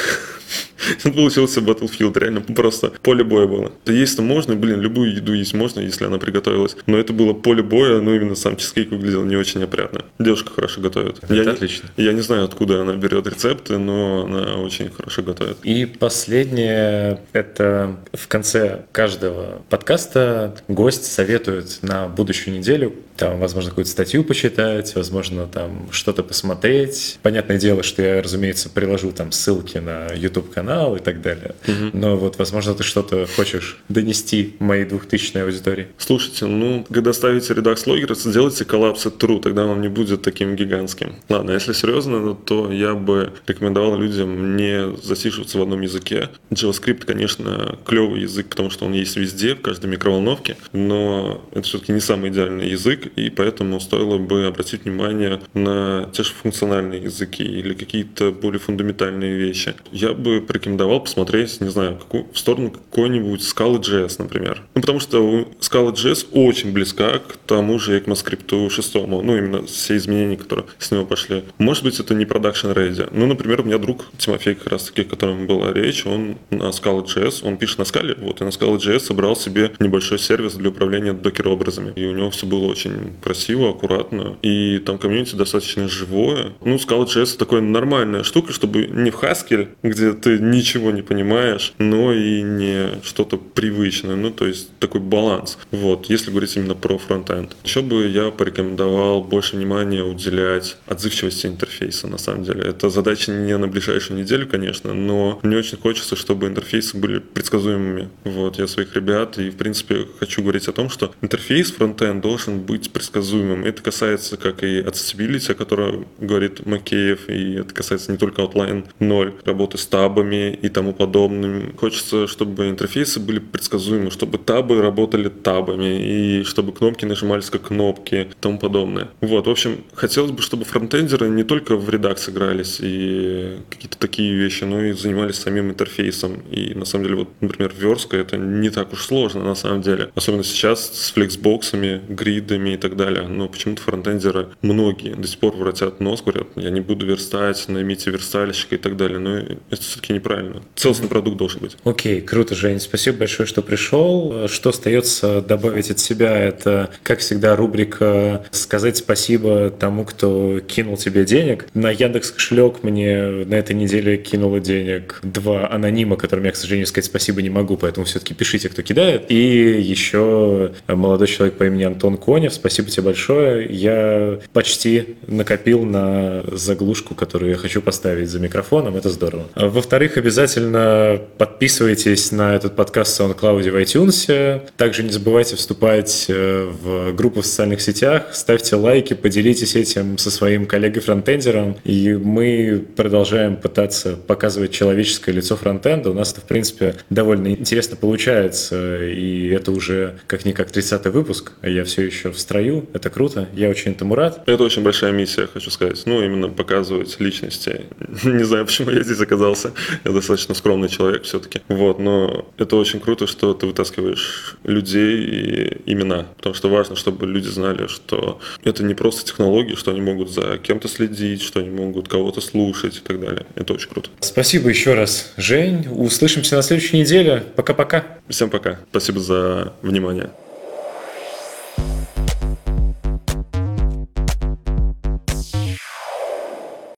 Получился Battlefield, реально просто поле боя было. Есть-то можно, любую еду есть можно, если она приготовилась. Но это было поле боя, именно сам чизкейк выглядел не очень опрятно. Девушка хорошо готовит. Это отлично. Я не знаю, откуда она берет рецепты, но она очень хорошо готовит. И последнее, это в конце каждого подкаста гость советует на будущую неделю, там, возможно, какую-то статью почитать, возможно, там что-то посмотреть. Понятное дело, что я, разумеется, приложу там ссылки на YouTube-канал и так далее. Но вот, возможно, ты что-то хочешь донести моей 2000-й аудитории. Слушайте, когда ставите Redux Logger, сделайте Collapsed True, тогда он не будет таким гигантским. Ладно, если серьезно, то я бы рекомендовал людям не засиживаться в одном языке. JavaScript, конечно, клевый язык, потому что он есть везде, в каждой микроволновке, но это все-таки не самый идеальный язык, и поэтому стоило бы обратить внимание на те же функциональные языки или какие-то более фундаментальные вещи. Я бы порекомендовал посмотреть, не знаю, в сторону какой-нибудь Scala.js, например. Потому что Scala.js очень близка к тому же ECMAScript 6, именно все изменения, которые с него пошли. Может быть, это не production ready. Например, у меня друг Тимофей, как раз таки, о котором была речь, он на Scala.js, он пишет на Scala, и на Scala.js собрал себе небольшой сервис для управления докер-образами. И у него все было очень красиво, аккуратно, и там комьюнити достаточно живое. Scala.js такая нормальная штука, чтобы не в Haskell, где ты ничего не понимаешь, но и не что-то привычное, то есть такой баланс. Если говорить именно про фронтенд. Еще бы я порекомендовал больше внимания уделять отзывчивости интерфейса, на самом деле. Это задача не на ближайшую неделю, конечно, но мне очень хочется, чтобы интерфейсы были предсказуемыми. Я своих ребят, и в принципе хочу говорить о том, что интерфейс фронтенд должен быть предсказуемым. Это касается как и accessibility, о котором говорит Макеев, и это касается не только Outline 0, работы с табами и тому подобным. Хочется, чтобы интерфейсы были предсказуемы, чтобы табы работали табами, и чтобы кнопки нажимались как кнопки и тому подобное. В общем, хотелось бы, чтобы фронтендеры не только в Redux игрались и какие-то такие вещи, но и занимались самим интерфейсом. И на самом деле, например, верстка — это не так уж сложно на самом деле. Особенно сейчас с флексбоксами, гридами и так далее. Но почему-то фронтендеры, многие до сих пор воротят нос, говорят: я не буду верстать, наймите верстальщика и так далее. Но это все-таки неправильно. Целостный продукт должен быть. Окей, круто, Жень. Спасибо большое, что пришел. Что остается добавить от себя? Это, как всегда, рубрика «Сказать спасибо тому, кто кинул тебе денег». На Яндекс.Кошелек мне на этой неделе кинуло денег 2 анонима, которым я, к сожалению, сказать спасибо не могу, поэтому все-таки пишите, кто кидает. И еще молодой человек по имени Антон Конев. Спасибо тебе большое. Я почти накопил на заглушку, которую я хочу поставить за микрофоном. Это здорово. Во-вторых, обязательно подписывайтесь на этот подкаст в SoundCloud и в iTunes. Также не забывайте вступать в группу в социальных сетях, ставьте лайки, поделитесь этим со своим коллегой-фронтендером. И мы продолжаем пытаться показывать человеческое лицо фронтенда. У нас это, в принципе, довольно интересно получается. И это уже как-никак 30-й выпуск, а я все еще в строю. Это круто. Я очень этому рад. Это очень большая миссия, хочу сказать. Ну, именно показывать личности. Не знаю, почему я здесь оказался. Я достаточно скромный человек все-таки. Вот, но это очень круто, что ты вытаскиваешь людей и имена. Потому что важно, чтобы люди знали, что это не просто технологии, что они могут за кем-то следить, что они могут кого-то слушать и так далее. Это очень круто. Спасибо еще раз, Жень. Услышимся на следующей неделе. Пока-пока. Всем пока. Спасибо за внимание.